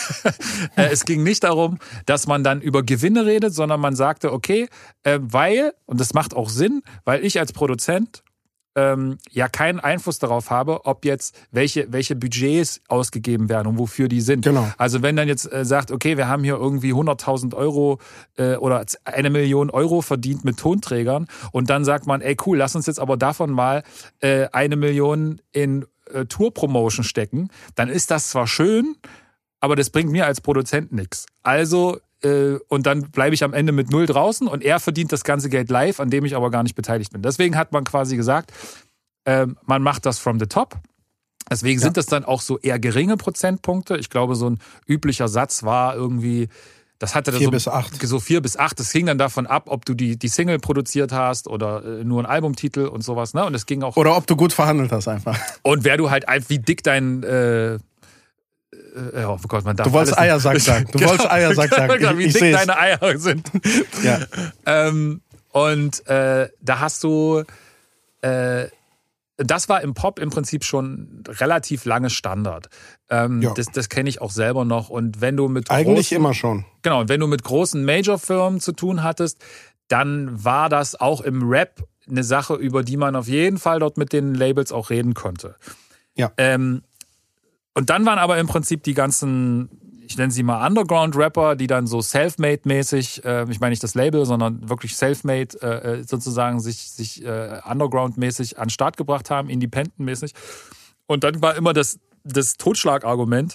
Es ging nicht darum, dass man dann über Gewinne redet, sondern man sagte, okay, weil, und das macht auch Sinn, weil ich als Produzent ja keinen Einfluss darauf habe, ob jetzt welche Budgets ausgegeben werden und wofür die sind. Genau. Also wenn dann jetzt sagt, okay, wir haben hier irgendwie 100.000 Euro oder 1 Million Euro verdient mit Tonträgern und dann sagt man, ey cool, lass uns jetzt aber davon mal 1 Million in Tour-Promotion stecken, dann ist das zwar schön, aber das bringt mir als Produzent nichts. Also und dann bleibe ich am Ende mit 0 draußen und er verdient das ganze Geld live, an dem ich aber gar nicht beteiligt bin. Deswegen hat man quasi gesagt, man macht das from the top. Deswegen sind das dann auch so eher geringe Prozentpunkte. Ich glaube, so ein üblicher Satz war irgendwie, das hatte 4 bis 8. So 4 bis 8. Das hing dann davon ab, ob du die Single produziert hast oder nur einen Albumtitel und sowas. Ne? Und es ging auch. Oder ob du gut verhandelt hast einfach. Und wer du halt, wie dick dein oh Gott, man darf du wolltest Eiersack sagen. Du wolltest Eiersack sagen. Wie dick deine Eier sind. Ja. Da hast du, das war im Pop im Prinzip schon relativ lange Standard. Das kenne ich auch selber noch. Und wenn du mit eigentlich immer schon. Genau, und wenn du mit großen Major-Firmen zu tun hattest, dann war das auch im Rap eine Sache, über die man auf jeden Fall dort mit den Labels auch reden konnte. Ja. Und dann waren aber im Prinzip die ganzen, ich nenne sie mal Underground-Rapper, die dann so Selfmade-mäßig, ich meine nicht das Label, sondern wirklich Selfmade sozusagen sich Underground-mäßig an den Start gebracht haben, Independent-mäßig. Und dann war immer das Totschlagargument,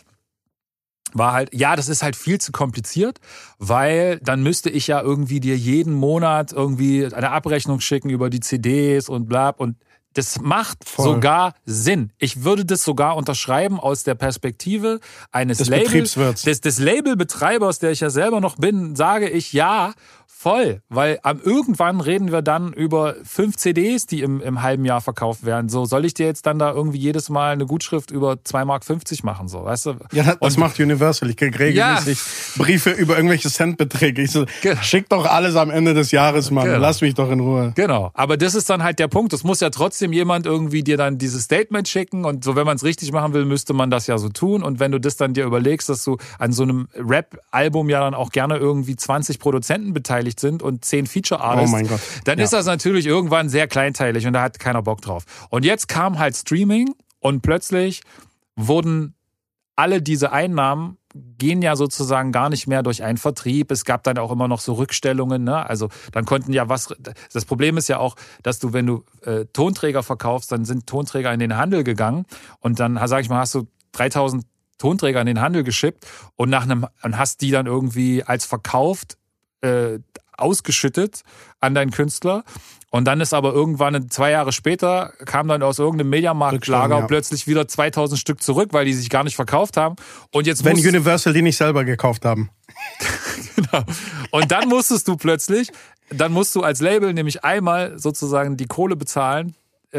war halt, ja, das ist halt viel zu kompliziert, weil dann müsste ich ja irgendwie dir jeden Monat irgendwie eine Abrechnung schicken über die CDs und bla und das macht sogar Sinn. Ich würde das sogar unterschreiben aus der Perspektive eines Betriebswirts. Des Labelbetreibers, der ich ja selber noch bin, sage ich ja, voll. Weil irgendwann reden wir dann über 5 CDs, die im halben Jahr verkauft werden. So, soll ich dir jetzt dann da irgendwie jedes Mal eine Gutschrift über 2,50 Mark machen, so, weißt du? Ja, das macht Universal. Ich kriege regelmäßig Briefe über irgendwelche Centbeträge. Ich so, schick doch alles am Ende des Jahres, Mann. Genau. Lass mich doch in Ruhe. Genau. Aber das ist dann halt der Punkt. Es muss ja trotzdem jemand irgendwie dir dann dieses Statement schicken und so, wenn man es richtig machen will, müsste man das ja so tun. Und wenn du das dann dir überlegst, dass du an so einem Rap-Album ja dann auch gerne irgendwie 20 Produzenten beteiligt sind und 10 Feature-Artists, dann ist das natürlich irgendwann sehr kleinteilig und da hat keiner Bock drauf. Und jetzt kam halt Streaming und plötzlich wurden alle diese Einnahmen gehen ja sozusagen gar nicht mehr durch einen Vertrieb. Es gab dann auch immer noch so Rückstellungen, ne? Also dann konnten ja das Problem ist ja auch, dass du, wenn du Tonträger verkaufst, dann sind Tonträger in den Handel gegangen und dann, sag ich mal, hast du 3.000 Tonträger in den Handel geschippt und und hast die dann irgendwie als verkauft ausgeschüttet an deinen Künstler. Und dann ist aber irgendwann 2 Jahre später kam dann aus irgendeinem Mediamarktlager plötzlich wieder 2.000 Stück zurück, weil die sich gar nicht verkauft haben. Und jetzt wenn Universal die nicht selber gekauft haben. Genau. Und dann musstest du plötzlich Dann musst du als Label nämlich einmal sozusagen die Kohle bezahlen,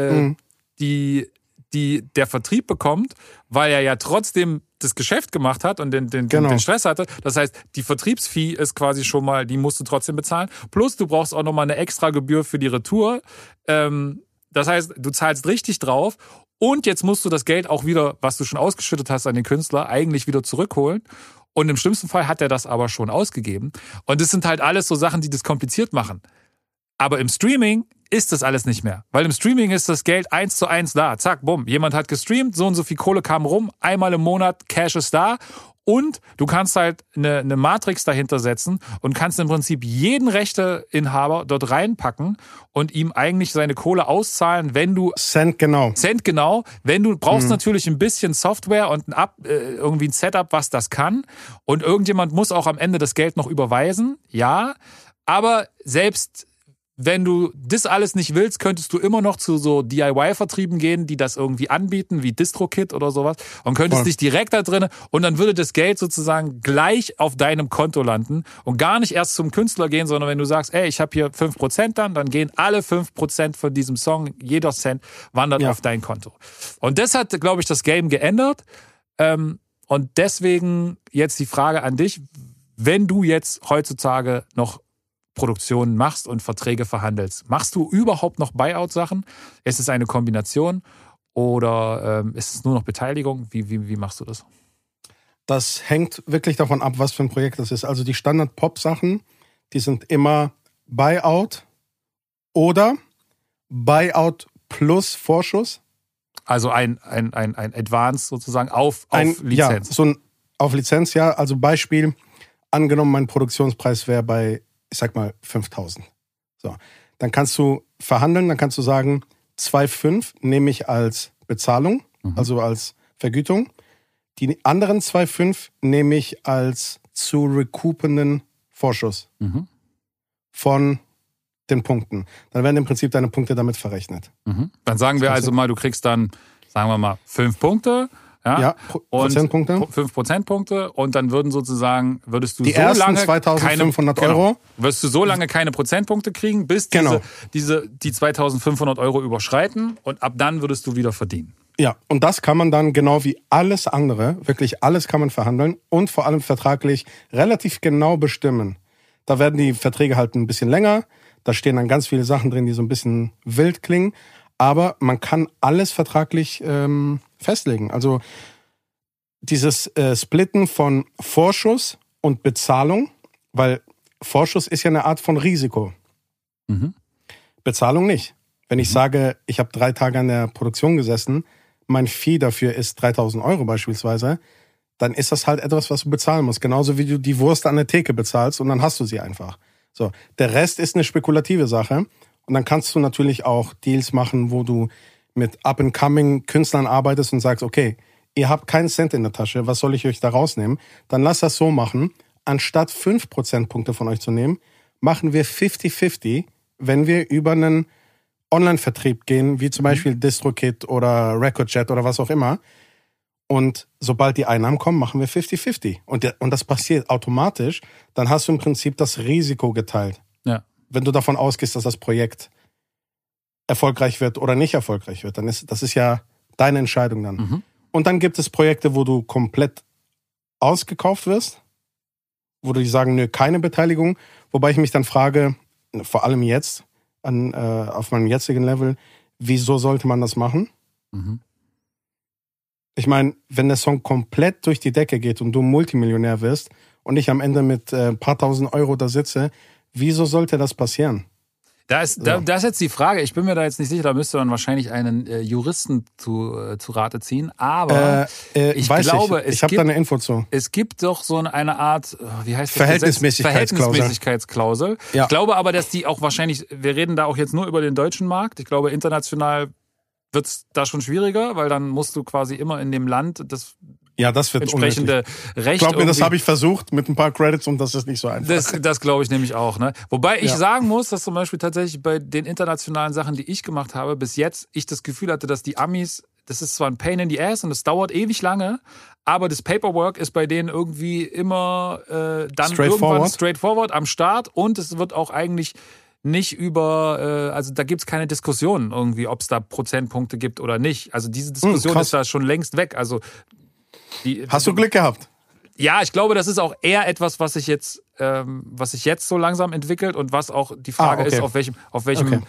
die der Vertrieb bekommt, weil er ja trotzdem das Geschäft gemacht hat und den Stress hatte. Das heißt, die Vertriebsfee ist quasi schon mal, die musst du trotzdem bezahlen. Plus du brauchst auch nochmal eine extra Gebühr für die Retour. Das heißt, du zahlst richtig drauf und jetzt musst du das Geld auch wieder, was du schon ausgeschüttet hast an den Künstler, eigentlich wieder zurückholen. Und im schlimmsten Fall hat er das aber schon ausgegeben. Und das sind halt alles so Sachen, die das kompliziert machen. Aber im Streaming ist das alles nicht mehr. Weil im Streaming ist das Geld 1:1 da. Zack, bumm. Jemand hat gestreamt, so und so viel Kohle kam rum, einmal im Monat, Cash ist da. Und du kannst halt eine Matrix dahinter setzen und kannst im Prinzip jeden Rechteinhaber dort reinpacken und ihm eigentlich seine Kohle auszahlen, wenn du... Cent genau. Wenn du brauchst natürlich ein bisschen Software und irgendwie ein Setup, was das kann. Und irgendjemand muss auch am Ende das Geld noch überweisen. Ja, aber selbst... Wenn du das alles nicht willst, könntest du immer noch zu so DIY-Vertrieben gehen, die das irgendwie anbieten, wie DistroKid oder sowas, und könntest dich direkt da drin und dann würde das Geld sozusagen gleich auf deinem Konto landen und gar nicht erst zum Künstler gehen, sondern wenn du sagst, ey, ich habe hier 5% dann gehen alle 5% von diesem Song, jeder Cent wandert auf dein Konto. Und das hat, glaube ich, das Game geändert. Und deswegen jetzt die Frage an dich, wenn du jetzt heutzutage noch Produktionen machst und Verträge verhandelst. Machst du überhaupt noch Buyout-Sachen? Ist es eine Kombination oder ist es nur noch Beteiligung? Wie machst du das? Das hängt wirklich davon ab, was für ein Projekt das ist. Also die Standard-Pop-Sachen, die sind immer Buyout oder Buyout plus Vorschuss. Also ein Advance sozusagen auf Lizenz. Ja, so ein auf Lizenz, ja. Also Beispiel, angenommen, mein Produktionspreis wäre bei, ich sag mal, 5.000. So, dann kannst du verhandeln, dann kannst du sagen, 2,5 nehme ich als Bezahlung, also als Vergütung. Die anderen 2,5 nehme ich als zu recoupenden Vorschuss von den Punkten. Dann werden im Prinzip deine Punkte damit verrechnet. Dann sagen wir also mal, du kriegst dann, sagen wir mal, 5 Punkte. Ja, Prozentpunkte. 5 Prozentpunkte und dann würdest du die so ersten lange 2.500 Euro. Wirst du so lange keine Prozentpunkte kriegen, bis die 2.500 Euro überschreiten und ab dann würdest du wieder verdienen. Ja, und das kann man dann genau wie alles andere, wirklich alles kann man verhandeln und vor allem vertraglich relativ genau bestimmen. Da werden die Verträge halt ein bisschen länger, da stehen dann ganz viele Sachen drin, die so ein bisschen wild klingen, aber man kann alles vertraglich festlegen. Also dieses Splitten von Vorschuss und Bezahlung, weil Vorschuss ist ja eine Art von Risiko. Bezahlung nicht. Wenn ich sage, ich habe 3 Tage an der Produktion gesessen, mein Fee dafür ist 3.000 Euro beispielsweise, dann ist das halt etwas, was du bezahlen musst. Genauso wie du die Wurst an der Theke bezahlst und dann hast du sie einfach. So, der Rest ist eine spekulative Sache. Und dann kannst du natürlich auch Deals machen, wo du mit Up-and-Coming-Künstlern arbeitest und sagst, okay, ihr habt keinen Cent in der Tasche, was soll ich euch da rausnehmen? Dann lass das so machen. Anstatt 5 Prozentpunkte von euch zu nehmen, machen wir 50-50, wenn wir über einen Online-Vertrieb gehen, wie zum Beispiel DistroKid oder Recordjet oder was auch immer. Und sobald die Einnahmen kommen, machen wir 50-50. Und das passiert automatisch. Dann hast du im Prinzip das Risiko geteilt. Ja. Wenn du davon ausgehst, dass das Projekt erfolgreich wird oder nicht erfolgreich wird, dann das ist ja deine Entscheidung dann. Und dann gibt es Projekte, wo du komplett ausgekauft wirst, wo die sagen, nö, keine Beteiligung. Wobei ich mich dann frage, vor allem jetzt, auf meinem jetzigen Level, wieso sollte man das machen? Ich meine, wenn der Song komplett durch die Decke geht und du Multimillionär wirst und ich am Ende mit ein paar tausend Euro da sitze, wieso sollte das passieren? Da ist jetzt die Frage, ich bin mir da jetzt nicht sicher, da müsste man wahrscheinlich einen Juristen zu Rate ziehen, aber ich glaube, ich habe da eine Info zu. Es gibt doch so eine Art, wie heißt das? Verhältnismäßigkeitsklausel. Ja. Ich glaube aber, dass die auch wahrscheinlich, wir reden da auch jetzt nur über den deutschen Markt, ich glaube international wird es da schon schwieriger, weil dann musst du quasi immer in dem Land das wird entsprechende Recht. Glaub mir, das habe ich versucht mit ein paar Credits und das ist nicht so einfach. Das glaube ich nämlich auch. Ne? Wobei ich sagen muss, dass zum Beispiel tatsächlich bei den internationalen Sachen, die ich gemacht habe, bis jetzt ich das Gefühl hatte, dass die Amis das ist zwar ein Pain in the Ass und es dauert ewig lange, aber das Paperwork ist bei denen irgendwie immer dann irgendwann straightforward am Start und es wird auch eigentlich nicht also da gibt's keine Diskussion irgendwie, ob es da Prozentpunkte gibt oder nicht. Also diese Diskussion ist da schon längst weg. Also hast du Glück gehabt? Ja, ich glaube, das ist auch eher etwas, was sich jetzt so langsam entwickelt und was auch die Frage ist, auf welchem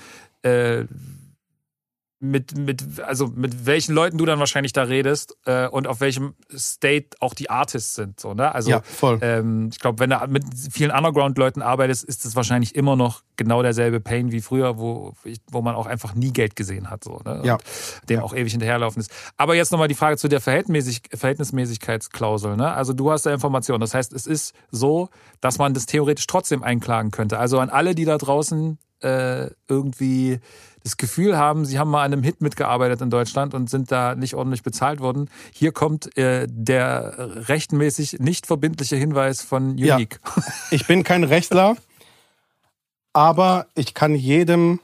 mit welchen Leuten du dann wahrscheinlich da redest und auf welchem State auch die Artists sind. So, ne? Also, ja, voll. Ich glaube, wenn du mit vielen Underground-Leuten arbeitest, ist es wahrscheinlich immer noch genau derselbe Pain wie früher, wo man auch einfach nie Geld gesehen hat. So, ne? Ja. Und dem auch ewig hinterherlaufen ist. Aber jetzt nochmal die Frage zu der Verhältnismäßigkeitsklausel. Ne? Also du hast da Informationen. Das heißt, es ist so, dass man das theoretisch trotzdem einklagen könnte. Also an alle, die da draußen irgendwie das Gefühl haben, sie haben mal an einem Hit mitgearbeitet in Deutschland und sind da nicht ordentlich bezahlt worden. Hier kommt der rechtmäßig nicht verbindliche Hinweis von Unique. Ja. Ich bin kein Rechtler, aber ich kann jedem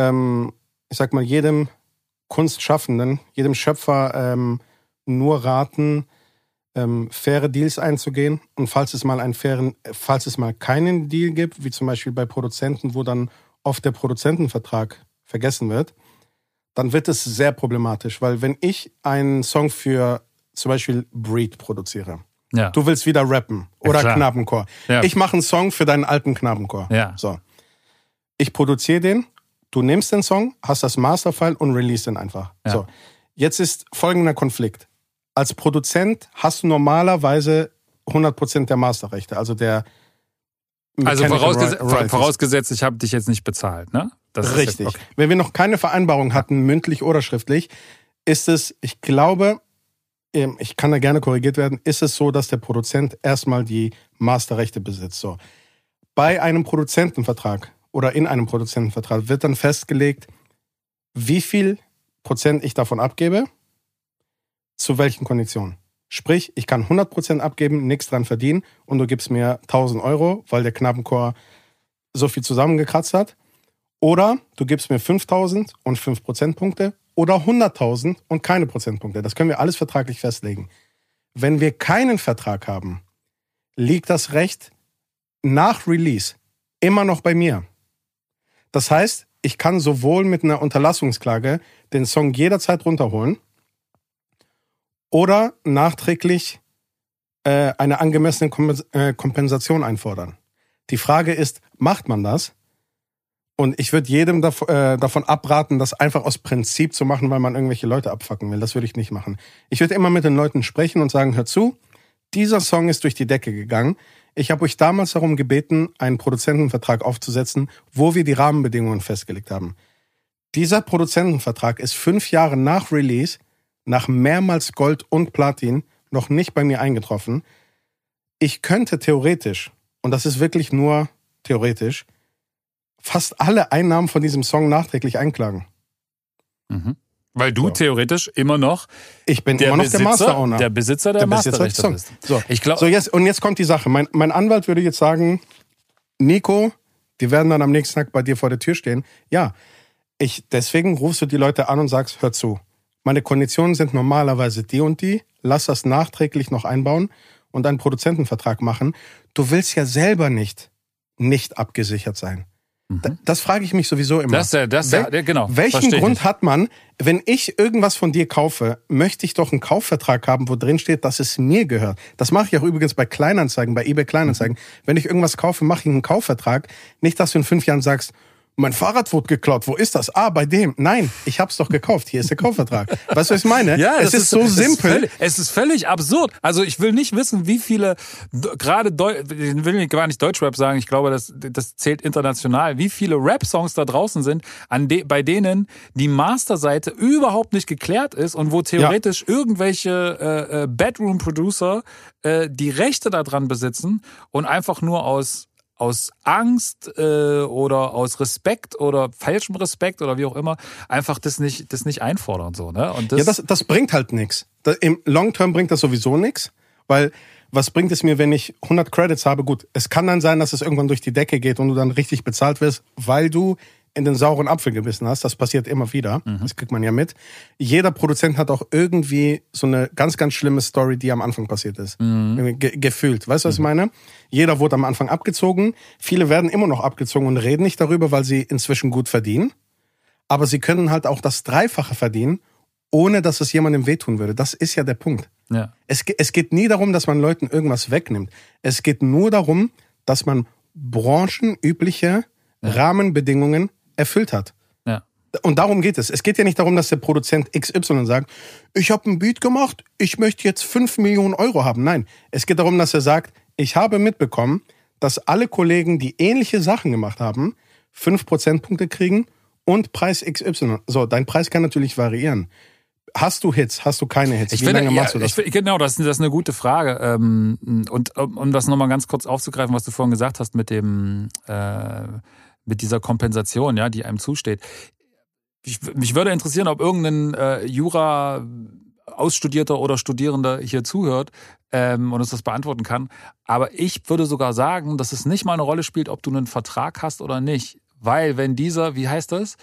Kunstschaffenden, jedem Schöpfer nur raten, faire Deals einzugehen. Und falls es mal keinen Deal gibt, wie zum Beispiel bei Produzenten, wo dann oft der Produzentenvertrag vergessen wird, dann wird es sehr problematisch. Weil wenn ich einen Song für zum Beispiel Breed produziere, du willst wieder rappen oder Knabenchor. Ja. Ich mache einen Song für deinen alten Knabenchor. Ja. So. Ich produziere den, du nimmst den Song, hast das Masterfile und release den einfach. Ja. So. Jetzt ist folgender Konflikt. Als Produzent hast du normalerweise 100% der Masterrechte, also der vorausgesetzt, ich habe dich jetzt nicht bezahlt, ne? Das ist richtig. Okay. Wenn wir noch keine Vereinbarung hatten, mündlich oder schriftlich, ist es, ich glaube, ich kann da gerne korrigiert werden, ist es so, dass der Produzent erstmal die Masterrechte besitzt. So. Bei einem Produzentenvertrag oder in einem Produzentenvertrag wird dann festgelegt, wie viel Prozent ich davon abgebe, zu welchen Konditionen. Sprich, ich kann 100% abgeben, nichts dran verdienen und du gibst mir 1.000 Euro, weil der Knabenchor so viel zusammengekratzt hat. Oder du gibst mir 5.000 und 5 Prozentpunkte oder 100.000 und keine Prozentpunkte. Das können wir alles vertraglich festlegen. Wenn wir keinen Vertrag haben, liegt das Recht nach Release immer noch bei mir. Das heißt, ich kann sowohl mit einer Unterlassungsklage den Song jederzeit runterholen oder nachträglich eine angemessene Kompensation einfordern. Die Frage ist, macht man das? Und ich würde jedem davon abraten, das einfach aus Prinzip zu machen, weil man irgendwelche Leute abfacken will. Das würde ich nicht machen. Ich würde immer mit den Leuten sprechen und sagen, hör zu, dieser Song ist durch die Decke gegangen. Ich habe euch damals darum gebeten, einen Produzentenvertrag aufzusetzen, wo wir die Rahmenbedingungen festgelegt haben. Dieser Produzentenvertrag ist 5 Jahre nach Release, nach mehrmals Gold und Platin, noch nicht bei mir eingetroffen. Ich könnte theoretisch, und das ist wirklich nur theoretisch, fast alle Einnahmen von diesem Song nachträglich einklagen. Mhm. Weil du theoretisch immer noch ich bin immer noch der Master-Owner. Der Besitzer der Masterrechte bist. So, jetzt kommt die Sache. Mein Anwalt würde jetzt sagen, Nico, die werden dann am nächsten Tag bei dir vor der Tür stehen. Ja, deswegen rufst du die Leute an und sagst, hör zu. Meine Konditionen sind normalerweise die und die. Lass das nachträglich noch einbauen und einen Produzentenvertrag machen. Du willst ja selber nicht abgesichert sein. Das frage ich mich sowieso immer. Genau. Welchen Grund hat man, wenn ich irgendwas von dir kaufe, möchte ich doch einen Kaufvertrag haben, wo drin steht, dass es mir gehört. Das mache ich auch übrigens bei Kleinanzeigen, bei eBay Kleinanzeigen. Wenn ich irgendwas kaufe, mache ich einen Kaufvertrag. Nicht, dass du in 5 Jahren sagst, mein Fahrrad wurde geklaut. Wo ist das? Bei dem. Nein, ich hab's doch gekauft. Hier ist der Kaufvertrag. Weißt du, was ich meine? Ja, es ist so simpel. Es ist völlig absurd. Also ich will nicht wissen, wie viele, gerade ich will gar nicht Deutschrap sagen, ich glaube, das zählt international, wie viele Rap-Songs da draußen sind, bei denen die Masterseite überhaupt nicht geklärt ist und wo theoretisch irgendwelche Bedroom-Producer die Rechte daran besitzen und einfach nur aus Angst oder aus Respekt oder falschem Respekt oder wie auch immer einfach das nicht einfordern so, ne? Und das bringt halt nichts. Im Long Term bringt das sowieso nichts, weil was bringt es mir, wenn ich 100 Credits habe? Gut, es kann dann sein, dass es irgendwann durch die Decke geht und du dann richtig bezahlt wirst, weil du in den sauren Apfel gebissen hast, das passiert immer wieder, das kriegt man ja mit. Jeder Produzent hat auch irgendwie so eine ganz, ganz schlimme Story, die am Anfang passiert ist. Gefühlt. Weißt du, was ich meine? Jeder wurde am Anfang abgezogen. Viele werden immer noch abgezogen und reden nicht darüber, weil sie inzwischen gut verdienen. Aber sie können halt auch das Dreifache verdienen, ohne dass es jemandem wehtun würde. Das ist ja der Punkt. Ja. Es geht nie darum, dass man Leuten irgendwas wegnimmt. Es geht nur darum, dass man branchenübliche Rahmenbedingungen erfüllt hat. Ja. Und darum geht es. Es geht ja nicht darum, dass der Produzent XY sagt, ich habe einen Beat gemacht, ich möchte jetzt 5 Millionen Euro haben. Nein, es geht darum, dass er sagt, ich habe mitbekommen, dass alle Kollegen, die ähnliche Sachen gemacht haben, 5 Prozentpunkte kriegen und Preis XY. So, dein Preis kann natürlich variieren. Hast du Hits? Hast du keine Hits? Wie lange machst du das? Genau, das ist eine gute Frage. Und um das nochmal ganz kurz aufzugreifen, was du vorhin gesagt hast mit dieser Kompensation, ja, die einem zusteht. Mich würde interessieren, ob irgendein Jura-Ausstudierter oder Studierender hier zuhört und uns das beantworten kann. Aber ich würde sogar sagen, dass es nicht mal eine Rolle spielt, ob du einen Vertrag hast oder nicht. Weil wenn dieser, wie heißt das,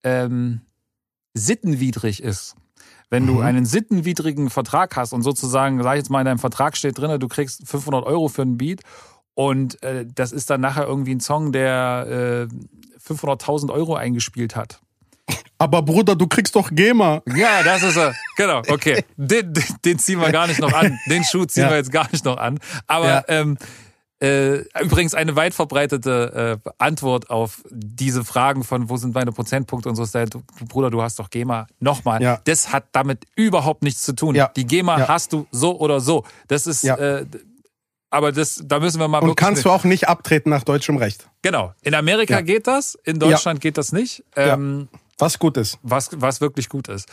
sittenwidrig ist, wenn du einen sittenwidrigen Vertrag hast und sozusagen, sag ich jetzt mal, in deinem Vertrag steht drin, du kriegst 500 Euro für einen Beat und das ist dann nachher irgendwie ein Song, der 500.000 Euro eingespielt hat. Aber Bruder, du kriegst doch GEMA. Ja, das ist er. Genau, okay. Den ziehen wir gar nicht noch an. Den Schuh ziehen wir jetzt gar nicht noch an. Aber übrigens eine weit verbreitete Antwort auf diese Fragen von wo sind meine Prozentpunkte und so ist Bruder, du hast doch GEMA. Nochmal, das hat damit überhaupt nichts zu tun. Die GEMA hast du so oder so. Das ist, aber da müssen wir mal und kannst du auch nicht abtreten nach deutschem Recht. Genau. In Amerika geht das, in Deutschland geht das nicht. Was gut ist. Was wirklich gut ist.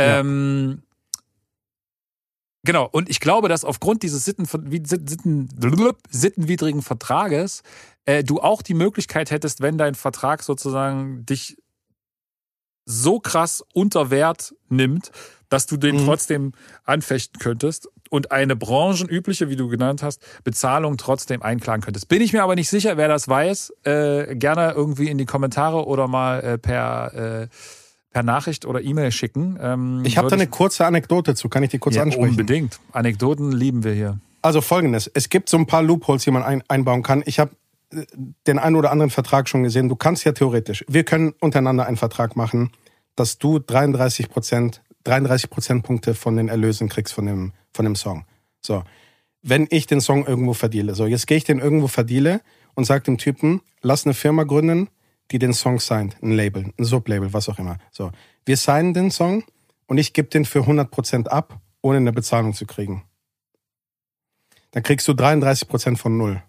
Genau, und ich glaube, dass aufgrund dieses sittenwidrigen Vertrages du auch die Möglichkeit hättest, wenn dein Vertrag sozusagen dich so krass unter Wert nimmt, dass du den trotzdem anfechten könntest und eine branchenübliche, wie du genannt hast, Bezahlung trotzdem einklagen könntest. Bin ich mir aber nicht sicher, wer das weiß, gerne irgendwie in die Kommentare oder mal per Nachricht oder E-Mail schicken. Ich habe da eine kurze Anekdote zu, kann ich die kurz ansprechen? Unbedingt. Anekdoten lieben wir hier. Also Folgendes, es gibt so ein paar Loopholes, die man einbauen kann. Ich habe den einen oder anderen Vertrag schon gesehen. Du kannst ja theoretisch, wir können untereinander einen Vertrag machen, dass du 33 Prozentpunkte von den Erlösen kriegst von dem Song. So, wenn ich den Song irgendwo verdiele. So, jetzt gehe ich den irgendwo verdiele und sage dem Typen, lass eine Firma gründen, die den Song signed, ein Label, ein Sublabel, was auch immer. So, wir signen den Song und ich gebe den für 100% ab, ohne eine Bezahlung zu kriegen. Dann kriegst du 33% von 0.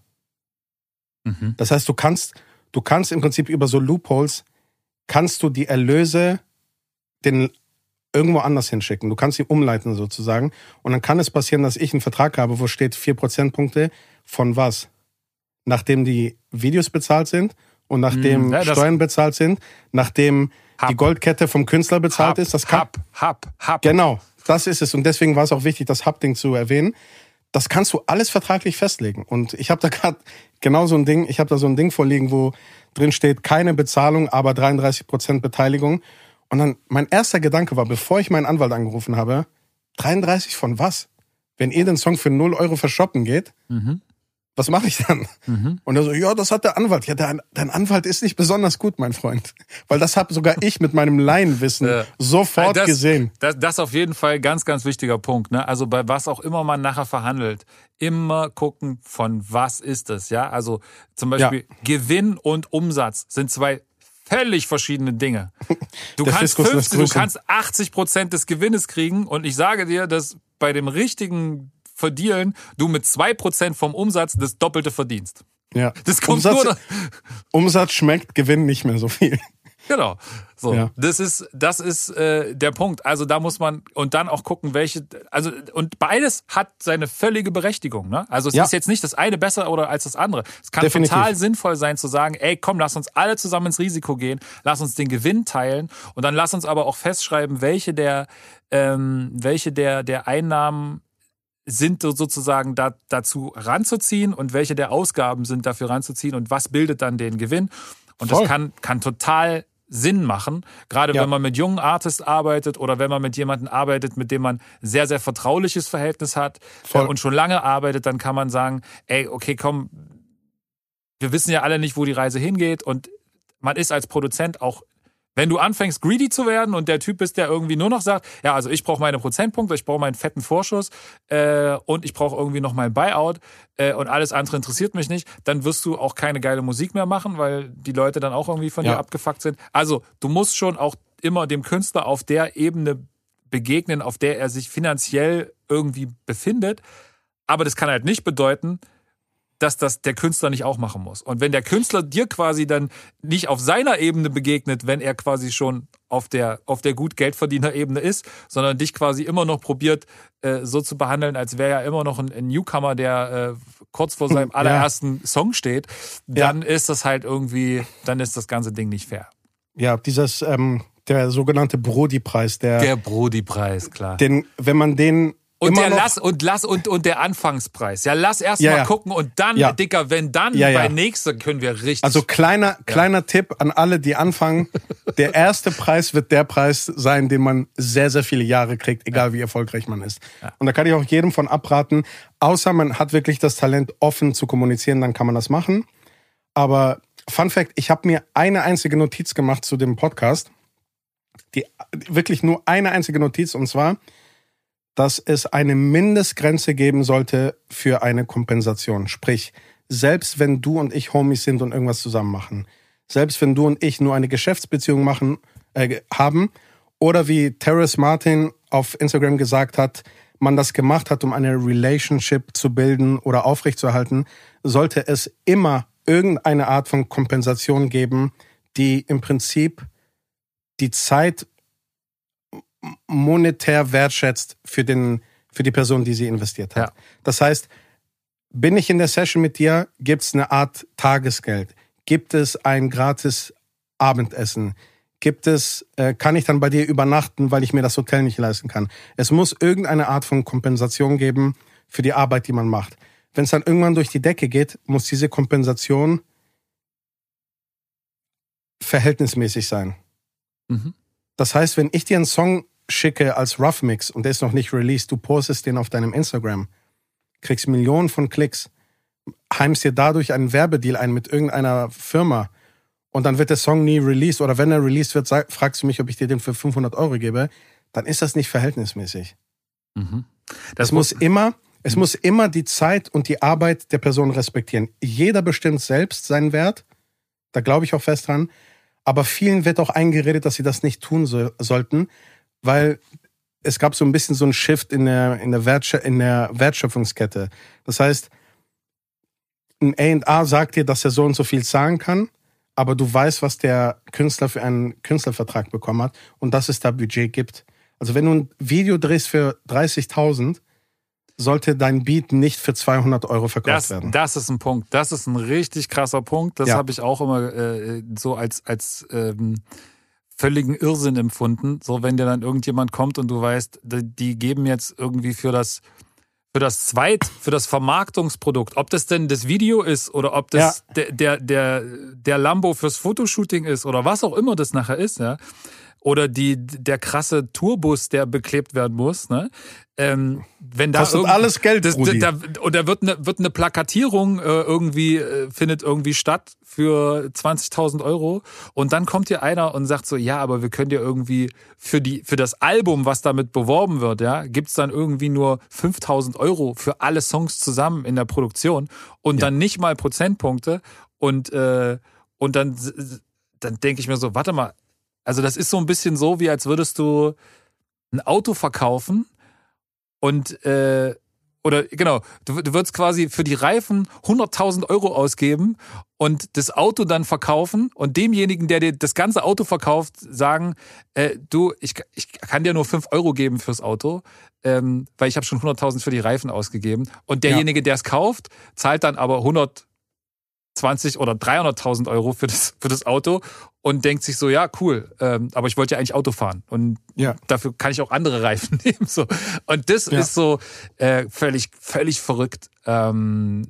Das heißt, du kannst im Prinzip über so Loopholes, kannst du die Erlöse irgendwo anders hinschicken. Du kannst sie umleiten sozusagen. Und dann kann es passieren, dass ich einen Vertrag habe, wo steht 4 Prozentpunkte von was? Nachdem die Videos bezahlt sind und nachdem Steuern bezahlt sind, nachdem die Goldkette vom Künstler bezahlt ist. Das kann, Hub. Genau, das ist es. Und deswegen war es auch wichtig, das Hub-Ding zu erwähnen. Das kannst du alles vertraglich festlegen. Und ich habe da gerade genau so ein Ding, ich habe da so ein Ding vorliegen, wo drin steht, keine Bezahlung, aber 33% Beteiligung. Und dann, mein erster Gedanke war, bevor ich meinen Anwalt angerufen habe, 33 von was? Wenn ihr den Song für 0 Euro verschoppen geht, was mache ich dann? Und er so, ja, das hat der Anwalt. Ja, dein Anwalt ist nicht besonders gut, mein Freund. Weil das habe sogar ich mit meinem Laienwissen sofort gesehen. Das ist auf jeden Fall ein ganz, ganz wichtiger Punkt. Ne? Also bei was auch immer man nachher verhandelt, immer gucken, von was ist es. Ja, also zum Beispiel Gewinn und Umsatz sind zwei völlig verschiedene Dinge. Du kannst 80% des Gewinnes kriegen und ich sage dir, dass bei dem richtigen Verdealen du mit 2% vom Umsatz das Doppelte verdienst. Ja. Das kommt Umsatz schmeckt, Gewinn nicht mehr so viel. Genau. So. Ja. Das ist der Punkt. Also da muss man und dann auch gucken, und beides hat seine völlige Berechtigung. Ne? Also es ist jetzt nicht das eine besser oder als das andere. Es kann total sinnvoll sein zu sagen, ey, komm, lass uns alle zusammen ins Risiko gehen, lass uns den Gewinn teilen und dann lass uns aber auch festschreiben, welche der Einnahmen sind sozusagen dazu ranzuziehen und welche der Ausgaben sind dafür ranzuziehen und was bildet dann den Gewinn. Und das kann total Sinn machen. Gerade Ja. wenn man mit jungen Artists arbeitet oder wenn man mit jemandem arbeitet, mit dem man sehr, sehr vertrauliches Verhältnis hat und schon lange arbeitet, dann kann man sagen, ey, okay, komm, wir wissen ja alle nicht, wo die Reise hingeht und man ist als Produzent auch, wenn du anfängst, greedy zu werden und der Typ bist, der irgendwie nur noch sagt, ja, also ich brauche meine Prozentpunkte, ich brauche meinen fetten Vorschuss und ich brauche irgendwie noch mein Buyout und alles andere interessiert mich nicht, dann wirst du auch keine geile Musik mehr machen, weil die Leute dann auch irgendwie von dir abgefuckt sind. Also du musst schon auch immer dem Künstler auf der Ebene begegnen, auf der er sich finanziell irgendwie befindet. Aber das kann halt nicht bedeuten, dass das der Künstler nicht auch machen muss. Und wenn der Künstler dir quasi dann nicht auf seiner Ebene begegnet, wenn er quasi schon auf der gut Geldverdiener-Ebene ist, sondern dich quasi immer noch probiert, so zu behandeln, als wäre er immer noch ein Newcomer, der kurz vor seinem allerersten Song steht, dann ist das halt irgendwie, dann ist das ganze Ding nicht fair. Ja, der sogenannte Brody-Preis. Der Brody-Preis, klar. Wenn man den und der Anfangspreis. Ja, lass erst mal gucken und dann, Dicker, wenn dann bei nächster können wir richtig. Also kleiner Tipp an alle, die anfangen. Der erste Preis wird der Preis sein, den man sehr, sehr viele Jahre kriegt, egal wie erfolgreich man ist. Ja. Und da kann ich auch jedem von abraten, außer man hat wirklich das Talent, offen zu kommunizieren, dann kann man das machen. Aber Fun Fact, ich habe mir eine einzige Notiz gemacht zu dem Podcast. Wirklich nur eine einzige Notiz, und zwar, dass es eine Mindestgrenze geben sollte für eine Kompensation. Sprich, selbst wenn du und ich Homies sind und irgendwas zusammen machen, selbst wenn du und ich nur eine Geschäftsbeziehung haben, oder wie Terrace Martin auf Instagram gesagt hat, man das gemacht hat, um eine Relationship zu bilden oder aufrechtzuerhalten, sollte es immer irgendeine Art von Kompensation geben, die im Prinzip die Zeit monetär wertschätzt für die Person, die sie investiert hat. Ja. Das heißt, bin ich in der Session mit dir, gibt es eine Art Tagesgeld? Gibt es ein gratis Abendessen? Kann ich dann bei dir übernachten, weil ich mir das Hotel nicht leisten kann? Es muss irgendeine Art von Kompensation geben für die Arbeit, die man macht. Wenn es dann irgendwann durch die Decke geht, muss diese Kompensation verhältnismäßig sein. Mhm. Das heißt, wenn ich dir einen Song schicke als Rough Mix und der ist noch nicht released, du postest den auf deinem Instagram, kriegst Millionen von Klicks, heimst dir dadurch einen Werbedeal ein mit irgendeiner Firma und dann wird der Song nie released oder wenn er released wird, fragst du mich, ob ich dir den für 500 Euro gebe, dann ist das nicht verhältnismäßig. Mhm. Es muss immer die Zeit und die Arbeit der Person respektieren. Jeder bestimmt selbst seinen Wert, da glaube ich auch fest dran, aber vielen wird auch eingeredet, dass sie das nicht tun sollten, weil es gab so ein bisschen so einen Shift in der Wertschöpfungskette. Das heißt, ein A&R sagt dir, dass er so und so viel zahlen kann, aber du weißt, was der Künstler für einen Künstlervertrag bekommen hat und dass es da Budget gibt. Also wenn du ein Video drehst für 30.000, sollte dein Beat nicht für 200 Euro verkauft werden. Das ist ein Punkt. Das ist ein richtig krasser Punkt. Das habe ich auch immer so als völligen Irrsinn empfunden. So, wenn dir dann irgendjemand kommt und du weißt, die geben jetzt irgendwie für das Vermarktungsprodukt, ob das denn das Video ist oder ob das der Lambo fürs Fotoshooting ist oder was auch immer das nachher ist, ja. Oder der krasse Tourbus, der beklebt werden muss, ne? Wenn da kostet alles Geld, oder wird eine Plakatierung findet irgendwie statt für 20.000 Euro und dann kommt hier einer und sagt so, ja, aber wir können dir irgendwie für das Album, was damit beworben wird, ja, gibt's dann irgendwie nur 5.000 Euro für alle Songs zusammen in der Produktion und dann nicht mal Prozentpunkte und dann denke ich mir so, warte mal, also das ist so ein bisschen so, wie als würdest du ein Auto verkaufen und du würdest quasi für die Reifen 100.000 Euro ausgeben und das Auto dann verkaufen und demjenigen, der dir das ganze Auto verkauft, sagen, ich kann dir nur 5 Euro geben fürs Auto, weil ich habe schon 100.000 für die Reifen ausgegeben und derjenige, der es kauft, zahlt dann aber 120 oder 300.000 Euro für das Auto und denkt sich so, ja, cool, aber ich wollte ja eigentlich Auto fahren und dafür kann ich auch andere Reifen nehmen. So. Und das ist so völlig verrückt. Und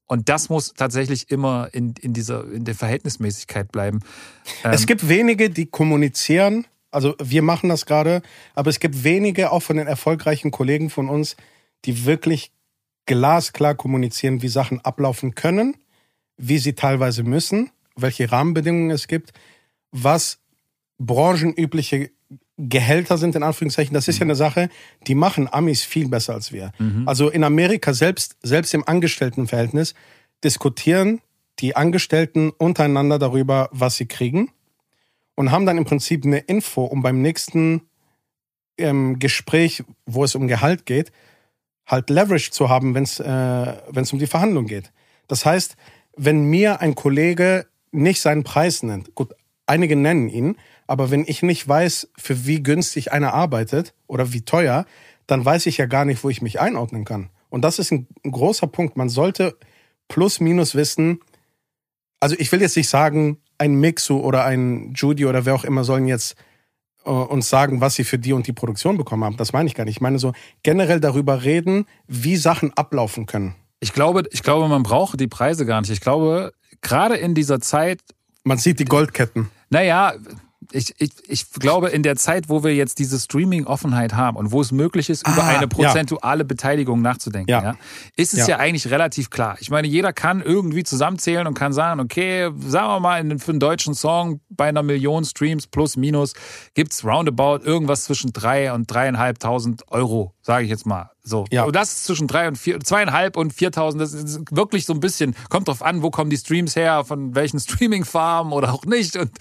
Und das muss tatsächlich immer in der Verhältnismäßigkeit bleiben. Es gibt wenige, die kommunizieren. Also wir machen das gerade. Aber es gibt wenige, auch von den erfolgreichen Kollegen von uns, die wirklich glasklar kommunizieren, wie Sachen ablaufen können, wie sie teilweise müssen, welche Rahmenbedingungen es gibt, was branchenübliche Gehälter sind, in Anführungszeichen. Das ist ja eine Sache, die machen Amis viel besser als wir. Also in Amerika, selbst im Angestelltenverhältnis, diskutieren die Angestellten untereinander darüber, was sie kriegen und haben dann im Prinzip eine Info, um beim nächsten Gespräch, wo es um Gehalt geht, halt Leverage zu haben, wenn es um die Verhandlung geht. Das heißt, wenn mir ein Kollege nicht seinen Preis nennt, gut, einige nennen ihn, aber wenn ich nicht weiß, für wie günstig einer arbeitet oder wie teuer, dann weiß ich ja gar nicht, wo ich mich einordnen kann. Und das ist ein großer Punkt. Man sollte plus minus wissen, also ich will jetzt nicht sagen, ein Mixu oder ein Judy oder wer auch immer sollen jetzt uns sagen, was sie für die und die Produktion bekommen haben. Das meine ich gar nicht. Ich meine so generell darüber reden, wie Sachen ablaufen können. Ich glaube, man braucht die Preise gar nicht. Ich glaube, gerade in dieser Zeit... Man sieht die Goldketten. Naja, ich glaube, in der Zeit, wo wir jetzt diese Streaming-Offenheit haben und wo es möglich ist, über eine prozentuale Beteiligung nachzudenken, ist es ja eigentlich relativ klar. Ich meine, jeder kann irgendwie zusammenzählen und kann sagen, okay, sagen wir mal, für einen deutschen Song bei 1 Million Streams plus minus gibt's roundabout irgendwas zwischen 3.000 und 3.500 Euro, sage ich jetzt mal. So. Ja. Und das ist zwischen 2.500 und 4.000. Das ist wirklich so ein bisschen, kommt drauf an, wo kommen die Streams her, von welchen Streaming-Farmen oder auch nicht. Und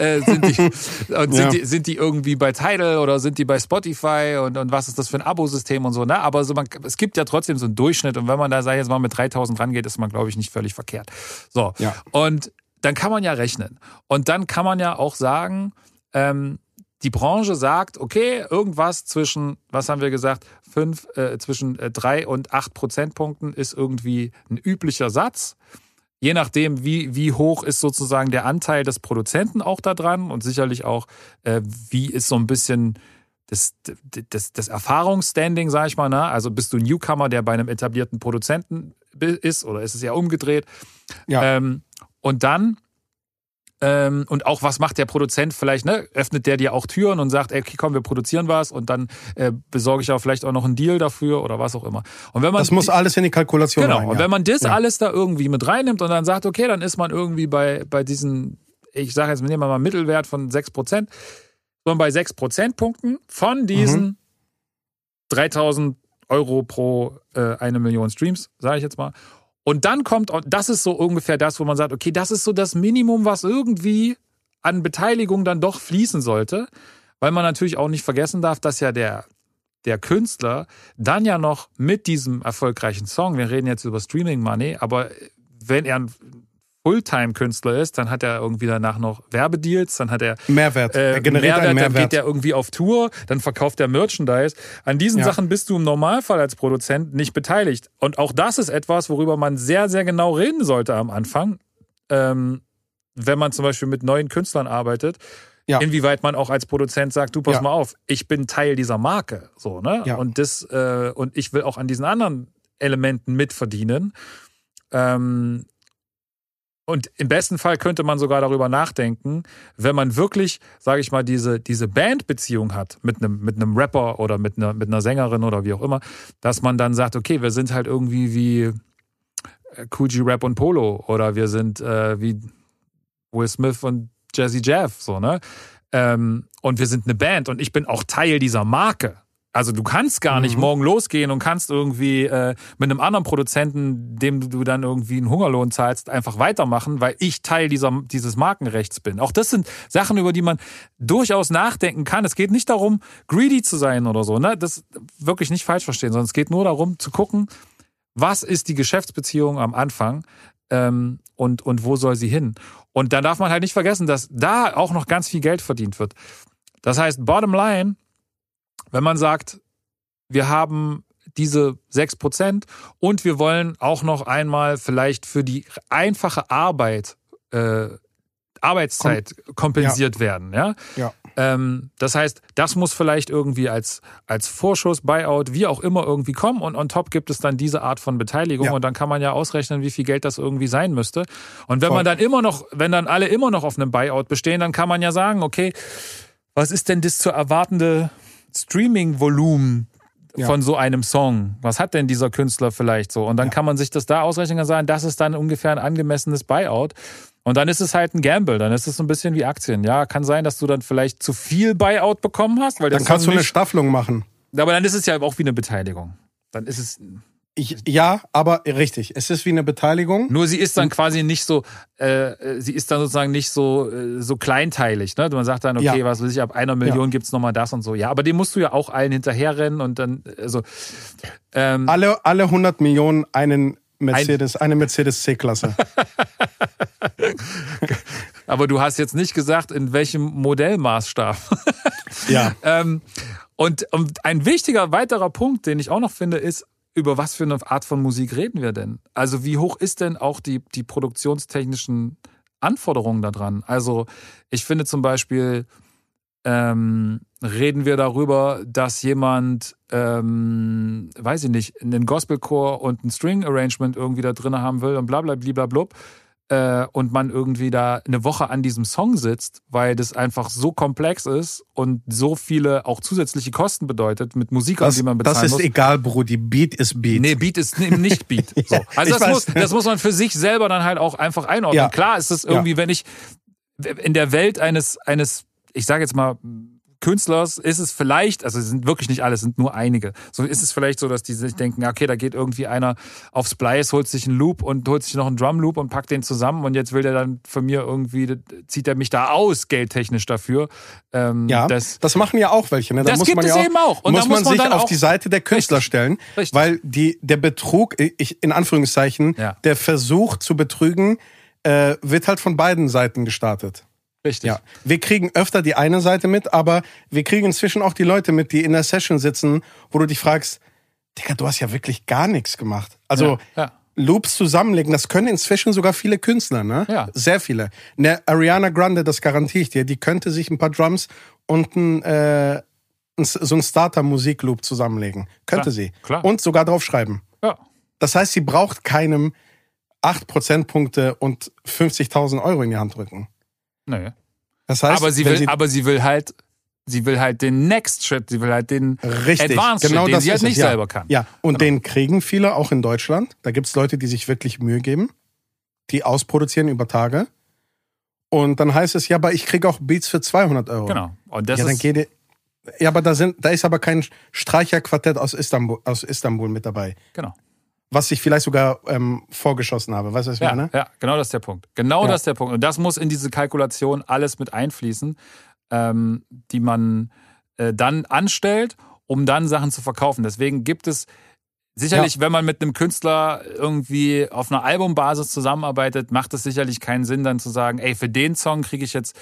sind die irgendwie bei Tidal oder sind die bei Spotify und was ist das für ein Abosystem und so. Ne? Aber es gibt ja trotzdem so einen Durchschnitt. Und wenn man da, sag ich jetzt mal, mit 3.000 rangeht, ist man, glaube ich, nicht völlig verkehrt. So. Ja. Und dann kann man ja rechnen. Und dann kann man ja auch sagen, die Branche sagt, okay, irgendwas zwischen, was haben wir gesagt, zwischen 3 und 8 Prozentpunkten ist irgendwie ein üblicher Satz. Je nachdem, wie hoch ist sozusagen der Anteil des Produzenten auch da dran und sicherlich auch, wie ist so ein bisschen das Erfahrungsstanding, sag ich mal. Ne? Also bist du ein Newcomer, der bei einem etablierten Produzenten ist oder ist es ja umgedreht? Ja. Und dann und auch, was macht der Produzent vielleicht, ne? Öffnet der dir auch Türen und sagt, ey, okay, komm, wir produzieren was und dann besorge ich auch vielleicht auch noch einen Deal dafür oder was auch immer. Und wenn man das muss alles in die Kalkulation rein. Genau, und wenn man das alles da irgendwie mit reinnimmt und dann sagt, okay, dann ist man irgendwie bei diesen, ich sage jetzt, nehmen wir mal einen Mittelwert von 6%, sondern bei 6 Prozentpunkten von diesen 3.000 Euro pro 1 Million Streams, sage ich jetzt mal. Und dann kommt, das ist so ungefähr das, wo man sagt, okay, das ist so das Minimum, was irgendwie an Beteiligung dann doch fließen sollte. Weil man natürlich auch nicht vergessen darf, dass ja der Künstler dann ja noch mit diesem erfolgreichen Song, wir reden jetzt über Streaming Money, aber wenn er ein Fulltime-Künstler ist, dann hat er irgendwie danach noch Werbedeals, dann hat er Mehrwert. Er generiert einen Mehrwert. Dann geht er irgendwie auf Tour, dann verkauft er Merchandise. An diesen Sachen bist du im Normalfall als Produzent nicht beteiligt. Und auch das ist etwas, worüber man sehr, sehr genau reden sollte am Anfang, wenn man zum Beispiel mit neuen Künstlern arbeitet. Ja. Inwieweit man auch als Produzent sagt, du pass mal auf, ich bin Teil dieser Marke, so, ne? Ja. Und ich will auch an diesen anderen Elementen mitverdienen. Und im besten Fall könnte man sogar darüber nachdenken, wenn man wirklich, sage ich mal, diese Bandbeziehung hat mit einem Rapper oder mit einer Sängerin oder wie auch immer, dass man dann sagt, okay, wir sind halt irgendwie wie Coogee Rap und Polo oder wir sind wie Will Smith und Jazzy Jeff, so, ne? Und wir sind eine Band und ich bin auch Teil dieser Marke. Also du kannst gar nicht morgen losgehen und kannst irgendwie mit einem anderen Produzenten, dem du dann irgendwie einen Hungerlohn zahlst, einfach weitermachen, weil ich Teil dieses Markenrechts bin. Auch das sind Sachen, über die man durchaus nachdenken kann. Es geht nicht darum, greedy zu sein oder so, ne? Das wirklich nicht falsch verstehen, sondern es geht nur darum zu gucken, was ist die Geschäftsbeziehung am Anfang und wo soll sie hin? Und da darf man halt nicht vergessen, dass da auch noch ganz viel Geld verdient wird. Das heißt, bottom line, wenn man sagt, wir haben diese 6% und wir wollen auch noch einmal vielleicht für die einfache Arbeitszeit kompensiert werden, ja? Das heißt, das muss vielleicht irgendwie als Vorschuss, Buyout, wie auch immer irgendwie kommen und on top gibt es dann diese Art von Beteiligung und dann kann man ja ausrechnen, wie viel Geld das irgendwie sein müsste. Und wenn wenn dann alle immer noch auf einem Buyout bestehen, dann kann man ja sagen, okay, was ist denn das zu erwartende Streaming-Volumen von so einem Song? Was hat denn dieser Künstler vielleicht so? Und dann kann man sich das da ausrechnen und sagen, das ist dann ungefähr ein angemessenes Buyout. Und dann ist es halt ein Gamble, dann ist es so ein bisschen wie Aktien. Ja, kann sein, dass du dann vielleicht zu viel Buyout bekommen hast. Weil dann kannst du eine Staffelung machen. Aber dann ist es ja auch wie eine Beteiligung. Dann ist es... Ja, aber richtig. Es ist wie eine Beteiligung. Nur sie ist dann quasi nicht so, sie ist dann sozusagen nicht so kleinteilig. Ne? Man sagt dann, okay, was weiß ich, ab 1 Million gibt's nochmal das und so. Ja, aber dem musst du ja auch allen hinterherrennen und dann, also... Alle 100 Millionen eine Mercedes C-Klasse. Aber du hast jetzt nicht gesagt, in welchem Modellmaßstab. Ja. Und ein wichtiger weiterer Punkt, den ich auch noch finde, ist, über was für eine Art von Musik reden wir denn? Also wie hoch ist denn auch die produktionstechnischen Anforderungen da dran? Also ich finde zum Beispiel, reden wir darüber, dass jemand, weiß ich nicht, einen Gospelchor und ein String-Arrangement irgendwie da drin haben will und blablabla, und man irgendwie da eine Woche an diesem Song sitzt, weil das einfach so komplex ist und so viele auch zusätzliche Kosten bedeutet mit Musikern, die man bezahlen muss. Das ist egal, Brudi. Beat ist Beat. Nee, Beat ist nicht Beat. So. Also das muss man für sich selber dann halt auch einfach einordnen. Ja. Klar ist es irgendwie, wenn ich in der Welt eines, ich sage jetzt mal, Künstlers ist es vielleicht, also es sind wirklich nicht alle, es sind nur einige. So ist es vielleicht so, dass die sich denken, okay, da geht irgendwie einer auf Splice, holt sich einen Loop und holt sich noch einen Drum-Loop und packt den zusammen und jetzt will der dann von mir irgendwie, zieht er mich da aus, geldtechnisch dafür. Das machen ja auch welche. Ne? Da das muss gibt man es ja auch, eben auch. Und muss man sich dann auf die Seite der Künstler stellen, weil der Betrug, in Anführungszeichen, der Versuch zu betrügen, wird halt von beiden Seiten gestartet. Richtig. Ja. Wir kriegen öfter die eine Seite mit, aber wir kriegen inzwischen auch die Leute mit, die in der Session sitzen, wo du dich fragst, Digga, du hast ja wirklich gar nichts gemacht. Also Loops zusammenlegen, das können inzwischen sogar viele Künstler, ne? Ja. Sehr viele. Eine Ariana Grande, das garantiere ich dir, die könnte sich ein paar Drums und so ein Starter-Musik-Loop zusammenlegen. Könnte sie. Klar. Und sogar drauf schreiben. Ja. Das heißt, sie braucht keinem 8 Prozentpunkte und 50.000 Euro in die Hand drücken. Nee. Das heißt, aber sie will halt den Next Shit, sie will halt den Advanced Shit, den sie halt nicht selber kann. Ja, und den kriegen viele auch in Deutschland. Da gibt es Leute, die sich wirklich Mühe geben, die ausproduzieren über Tage. Und dann heißt es, ja, aber ich kriege auch Beats für 200 Euro. Genau. Und das aber da ist aber kein Streicherquartett aus Istanbul mit dabei. Genau. Was ich vielleicht sogar vorgeschossen habe. Weißt du, was ich meine? Ja, genau das ist der Punkt. Das ist der Punkt. Und das muss in diese Kalkulation alles mit einfließen, die man dann anstellt, um dann Sachen zu verkaufen. Deswegen gibt es sicherlich, wenn man mit einem Künstler irgendwie auf einer Albumbasis zusammenarbeitet, macht es sicherlich keinen Sinn, dann zu sagen, ey, für den Song kriege ich jetzt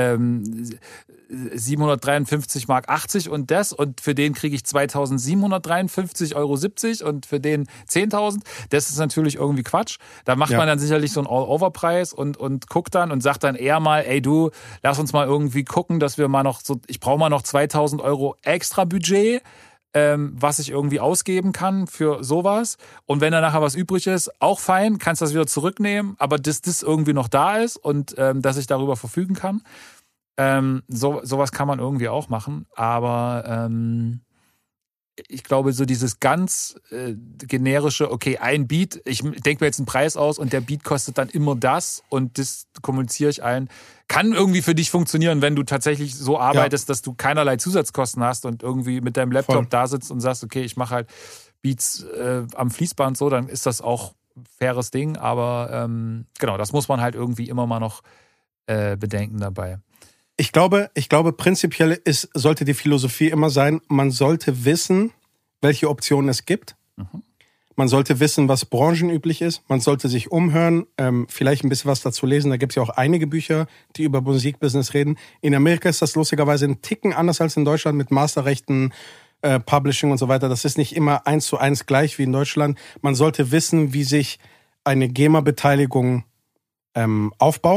753,80 Mark und für den kriege ich 2.753,70 Euro und für den 10.000. Das ist natürlich irgendwie Quatsch. Da macht man dann sicherlich so einen All-Over-Preis und guckt dann und sagt dann eher mal, ey du, lass uns mal irgendwie gucken, dass wir mal noch ich brauche mal noch 2.000 Euro extra Budget, was ich irgendwie ausgeben kann für sowas. Und wenn da nachher was übrig ist, auch fein, kannst du das wieder zurücknehmen, aber dass das irgendwie noch da ist und dass ich darüber verfügen kann. Sowas kann man irgendwie auch machen, aber ich glaube, so dieses ganz generische, okay, ein Beat, ich denke mir jetzt einen Preis aus und der Beat kostet dann immer das und das kommuniziere ich allen, kann irgendwie für dich funktionieren, wenn du tatsächlich so arbeitest, dass du keinerlei Zusatzkosten hast und irgendwie mit deinem Laptop da sitzt und sagst, okay, ich mache halt Beats am Fließband so, dann ist das auch ein faires Ding, aber genau, das muss man halt irgendwie immer mal noch bedenken dabei. Ich glaube, prinzipiell sollte die Philosophie immer sein, man sollte wissen, welche Optionen es gibt. Mhm. Man sollte wissen, was branchenüblich ist. Man sollte sich umhören, vielleicht ein bisschen was dazu lesen. Da gibt es ja auch einige Bücher, die über Musikbusiness reden. In Amerika ist das lustigerweise ein Ticken anders als in Deutschland mit Masterrechten, Publishing und so weiter. Das ist nicht immer 1:1 gleich wie in Deutschland. Man sollte wissen, wie sich eine GEMA-Beteiligung aufbaut.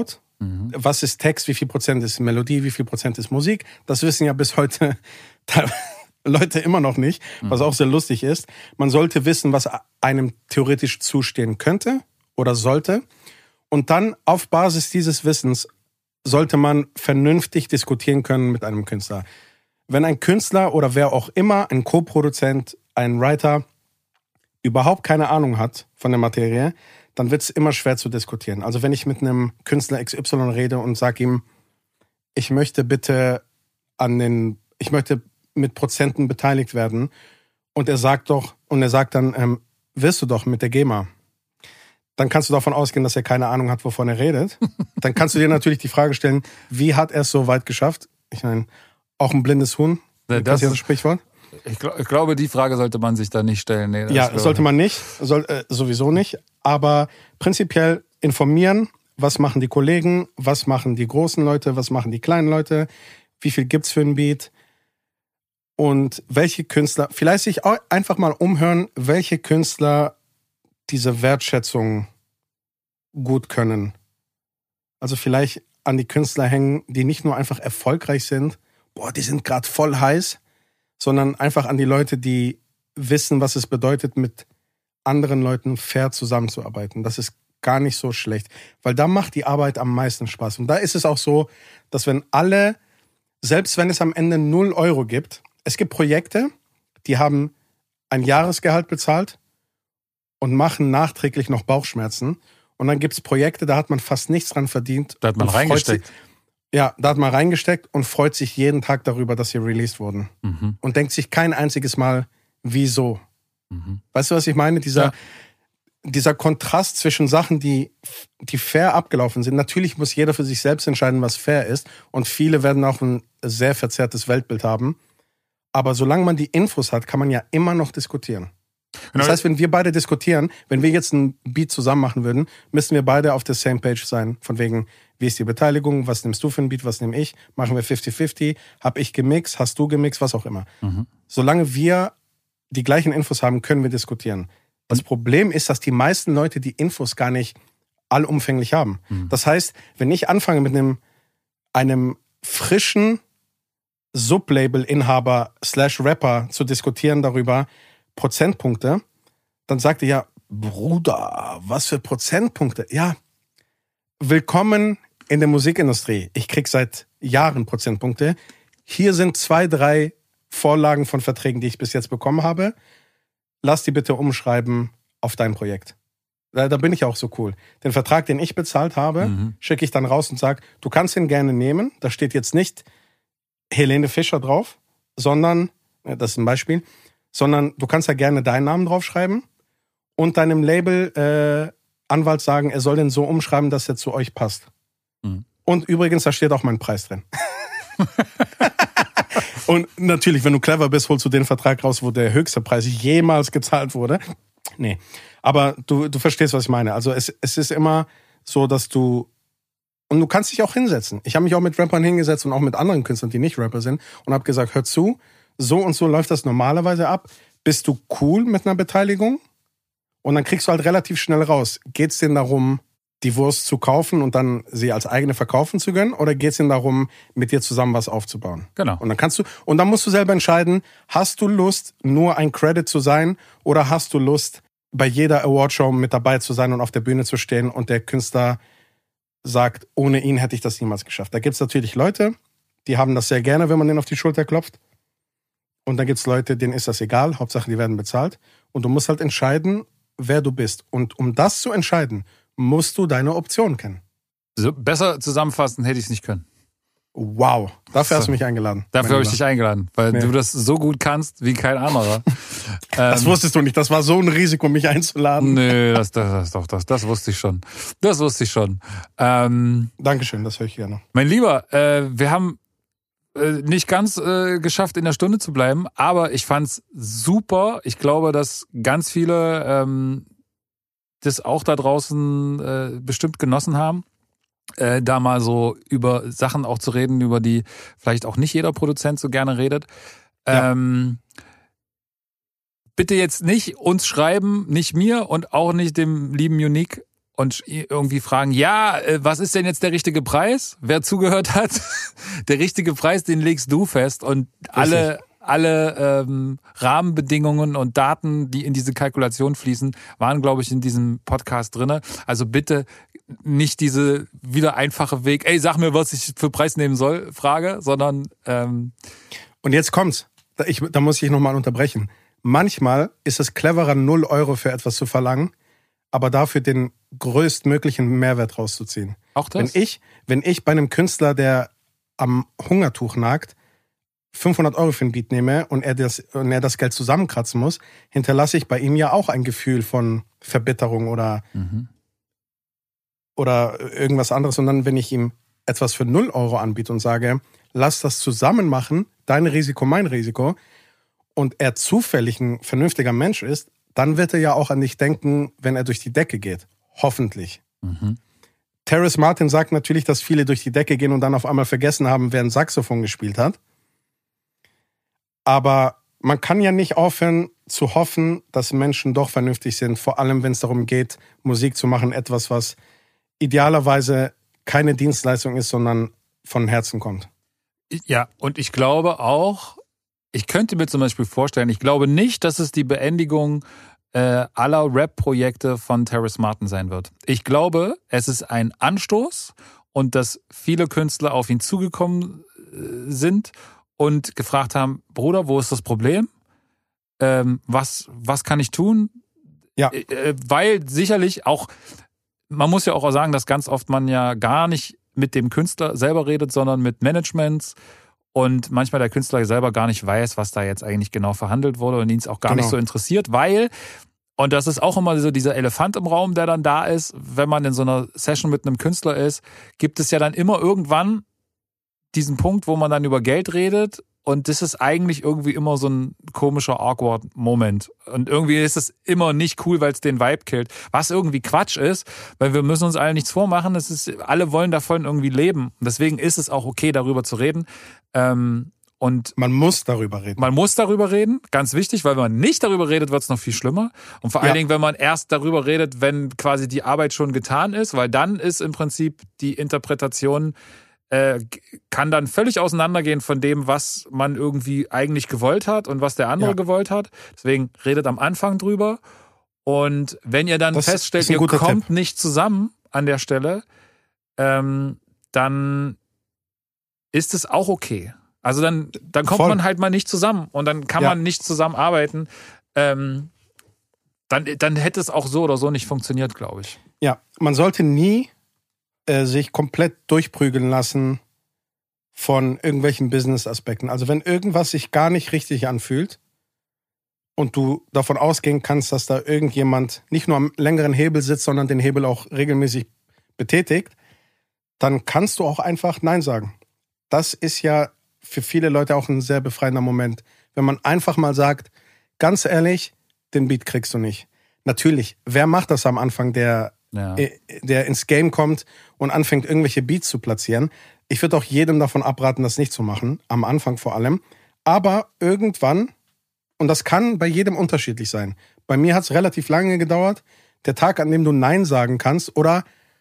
Was ist Text, wie viel Prozent ist Melodie, wie viel Prozent ist Musik? Das wissen ja bis heute Leute immer noch nicht, was auch sehr lustig ist. Man sollte wissen, was einem theoretisch zustehen könnte oder sollte. Und dann auf Basis dieses Wissens sollte man vernünftig diskutieren können mit einem Künstler. Wenn ein Künstler oder wer auch immer, ein Co-Produzent, ein Writer, überhaupt keine Ahnung hat von der Materie, dann wird es immer schwer zu diskutieren. Also wenn ich mit einem Künstler XY rede und sage ihm, ich möchte mit Prozenten beteiligt werden, und er sagt dann, wirst du doch mit der GEMA. Dann kannst du davon ausgehen, dass er keine Ahnung hat, wovon er redet. Dann kannst du dir natürlich die Frage stellen, wie hat er es so weit geschafft? Ich meine, auch ein blindes Huhn. Das ist das Sprichwort. Ich glaube, die Frage sollte man sich da nicht stellen. Nee, ja, sollte man nicht. Sowieso nicht. Aber prinzipiell informieren, was machen die Kollegen, was machen die großen Leute, was machen die kleinen Leute, wie viel gibt's für ein Beat und welche Künstler, vielleicht sich auch einfach mal umhören, welche Künstler diese Wertschätzung gut können. Also vielleicht an die Künstler hängen, die nicht nur einfach erfolgreich sind, die sind gerade voll heiß, sondern einfach an die Leute, die wissen, was es bedeutet, mit anderen Leuten fair zusammenzuarbeiten. Das ist gar nicht so schlecht, weil da macht die Arbeit am meisten Spaß. Und da ist es auch so, dass wenn alle, selbst wenn es am Ende 0 Euro gibt, es gibt Projekte, die haben ein Jahresgehalt bezahlt und machen nachträglich noch Bauchschmerzen. Und dann gibt es Projekte, da hat man fast nichts dran verdient. Da hat man reingesteckt. Da hat man reingesteckt und freut sich jeden Tag darüber, dass sie released wurden. Und denkt sich kein einziges Mal, wieso. Weißt du, was ich meine? Dieser Kontrast zwischen Sachen, die fair abgelaufen sind. Natürlich muss jeder für sich selbst entscheiden, was fair ist. Und viele werden auch ein sehr verzerrtes Weltbild haben. Aber solange man die Infos hat, kann man ja immer noch diskutieren. Das heißt, wenn wir beide diskutieren, wenn wir jetzt einen Beat zusammen machen würden, müssten wir beide auf der same page sein. Von wegen, wie ist die Beteiligung, was nimmst du für ein Beat, was nehme ich? Machen wir 50-50, hab ich gemixt, hast du gemixt, was auch immer. Solange wir die gleichen Infos haben, können wir diskutieren. Das Problem ist, dass die meisten Leute die Infos gar nicht allumfänglich haben. Das heißt, wenn ich anfange mit einem frischen Sublabel-Inhaber /Rapper zu diskutieren darüber, Prozentpunkte, dann sagt er ja, Bruder, was für Prozentpunkte? Ja, willkommen in der Musikindustrie. Ich krieg seit Jahren Prozentpunkte. Hier sind 2, 3 Vorlagen von Verträgen, die ich bis jetzt bekommen habe. Lass die bitte umschreiben auf dein Projekt. Da bin ich auch so cool. Den Vertrag, den ich bezahlt habe, schicke ich dann raus und sage, du kannst ihn gerne nehmen. Da steht jetzt nicht Helene Fischer drauf, sondern, das ist ein Beispiel, sondern du kannst ja gerne deinen Namen draufschreiben und deinem Label-Anwalt sagen, er soll den so umschreiben, dass er zu euch passt. Und übrigens, da steht auch mein Preis drin. Und natürlich, wenn du clever bist, holst du den Vertrag raus, wo der höchste Preis jemals gezahlt wurde. Nee, aber du verstehst, was ich meine. Also es ist immer so, dass du kannst dich auch hinsetzen. Ich habe mich auch mit Rappern hingesetzt und auch mit anderen Künstlern, die nicht Rapper sind, und habe gesagt, hör zu, so und so läuft das normalerweise ab. Bist du cool mit einer Beteiligung? Und dann kriegst du halt relativ schnell raus. Geht's denen darum, die Wurst zu kaufen und dann sie als eigene verkaufen zu können? Oder geht's denen darum, mit dir zusammen was aufzubauen? Genau. Und dann musst du selber entscheiden, hast du Lust, nur ein Credit zu sein, oder hast du Lust, bei jeder Awardshow mit dabei zu sein und auf der Bühne zu stehen und der Künstler sagt, ohne ihn hätte ich das niemals geschafft. Da gibt's natürlich Leute, die haben das sehr gerne, wenn man denen auf die Schulter klopft. Und dann gibt's Leute, denen ist das egal, Hauptsache die werden bezahlt. Und du musst halt entscheiden, wer du bist. Und um das zu entscheiden, musst du deine Option kennen. So, besser zusammenfassen hätte ich es nicht können. Wow, dafür hast du mich eingeladen. Dafür habe ich dich eingeladen, weil du das so gut kannst wie kein anderer. Das wusstest du nicht, das war so ein Risiko, mich einzuladen. Nö, das wusste ich schon. Das wusste ich schon. Dankeschön, das höre ich gerne. Mein Lieber, wir haben nicht ganz geschafft, in der Stunde zu bleiben, aber ich fand's super. Ich glaube, dass ganz viele das auch da draußen bestimmt genossen haben. Da mal so über Sachen auch zu reden, über die vielleicht auch nicht jeder Produzent so gerne redet. Ja. Bitte jetzt nicht uns schreiben, nicht mir und auch nicht dem lieben Unique, und irgendwie fragen, was ist denn jetzt der richtige Preis? Wer zugehört hat, der richtige Preis, den legst du fest. Und alle Rahmenbedingungen und Daten, die in diese Kalkulation fließen, waren, glaube ich, in diesem Podcast drinne. Also bitte nicht diese wieder einfache Weg, sag mir, was ich für Preis nehmen soll, Frage, sondern Und jetzt kommt's. Da muss ich nochmal unterbrechen. Manchmal ist es cleverer, 0 Euro für etwas zu verlangen, aber dafür den größtmöglichen Mehrwert rauszuziehen. Auch das? Wenn ich bei einem Künstler, der am Hungertuch nagt, 500 Euro für ein Beat nehme und er das Geld zusammenkratzen muss, hinterlasse ich bei ihm ja auch ein Gefühl von Verbitterung oder irgendwas anderes. Und dann, wenn ich ihm etwas für 0 Euro anbiete und sage, lass das zusammen machen, dein Risiko, mein Risiko, und er zufällig ein vernünftiger Mensch ist, dann wird er ja auch an dich denken, wenn er durch die Decke geht. Hoffentlich. Terrace Martin sagt natürlich, dass viele durch die Decke gehen und dann auf einmal vergessen haben, wer ein Saxophon gespielt hat. Aber man kann ja nicht aufhören zu hoffen, dass Menschen doch vernünftig sind, vor allem wenn es darum geht, Musik zu machen, etwas, was idealerweise keine Dienstleistung ist, sondern von Herzen kommt. Ja, und ich glaube auch, ich könnte mir zum Beispiel vorstellen, ich glaube nicht, dass es die Beendigung aller Rap-Projekte von Terrace Martin sein wird. Ich glaube, es ist ein Anstoß und dass viele Künstler auf ihn zugekommen sind und gefragt haben, Bruder, wo ist das Problem? Was kann ich tun? Ja. Weil sicherlich auch, man muss ja auch sagen, dass ganz oft man ja gar nicht mit dem Künstler selber redet, sondern mit Managements und manchmal der Künstler selber gar nicht weiß, was da jetzt eigentlich genau verhandelt wurde und ihn es auch gar nicht so interessiert, weil, und das ist auch immer so dieser Elefant im Raum, der dann da ist, wenn man in so einer Session mit einem Künstler ist, gibt es ja dann immer irgendwann diesen Punkt, wo man dann über Geld redet und das ist eigentlich irgendwie immer so ein komischer, awkward Moment. Und irgendwie ist es immer nicht cool, weil es den Vibe killt. Was irgendwie Quatsch ist, weil wir müssen uns alle nichts vormachen. Alle wollen davon irgendwie leben. Und deswegen ist es auch okay, darüber zu reden. Und man muss darüber reden. Man muss darüber reden, ganz wichtig, weil wenn man nicht darüber redet, wird es noch viel schlimmer. Und vor allen Dingen, wenn man erst darüber redet, wenn quasi die Arbeit schon getan ist, weil dann ist im Prinzip die Interpretation kann dann völlig auseinandergehen von dem, was man irgendwie eigentlich gewollt hat und was der andere gewollt hat. Deswegen redet am Anfang drüber. Und wenn ihr dann feststellt, ihr kommt nicht zusammen an der Stelle, dann ist es auch okay. Also dann kommt man halt mal nicht zusammen und dann kann man nicht zusammenarbeiten. Dann hätte es auch so oder so nicht funktioniert, glaube ich. Ja, man sollte nie sich komplett durchprügeln lassen von irgendwelchen Business-Aspekten. Also wenn irgendwas sich gar nicht richtig anfühlt und du davon ausgehen kannst, dass da irgendjemand nicht nur am längeren Hebel sitzt, sondern den Hebel auch regelmäßig betätigt, dann kannst du auch einfach Nein sagen. Das ist ja für viele Leute auch ein sehr befreiender Moment, wenn man einfach mal sagt, ganz ehrlich, den Beat kriegst du nicht. Natürlich, wer macht das am Anfang, der ins Game kommt und anfängt, irgendwelche Beats zu platzieren? Ich würde auch jedem davon abraten, das nicht zu machen, am Anfang vor allem. Aber irgendwann, und das kann bei jedem unterschiedlich sein, bei mir hat es relativ lange gedauert, der Tag, an dem du Nein sagen kannst oder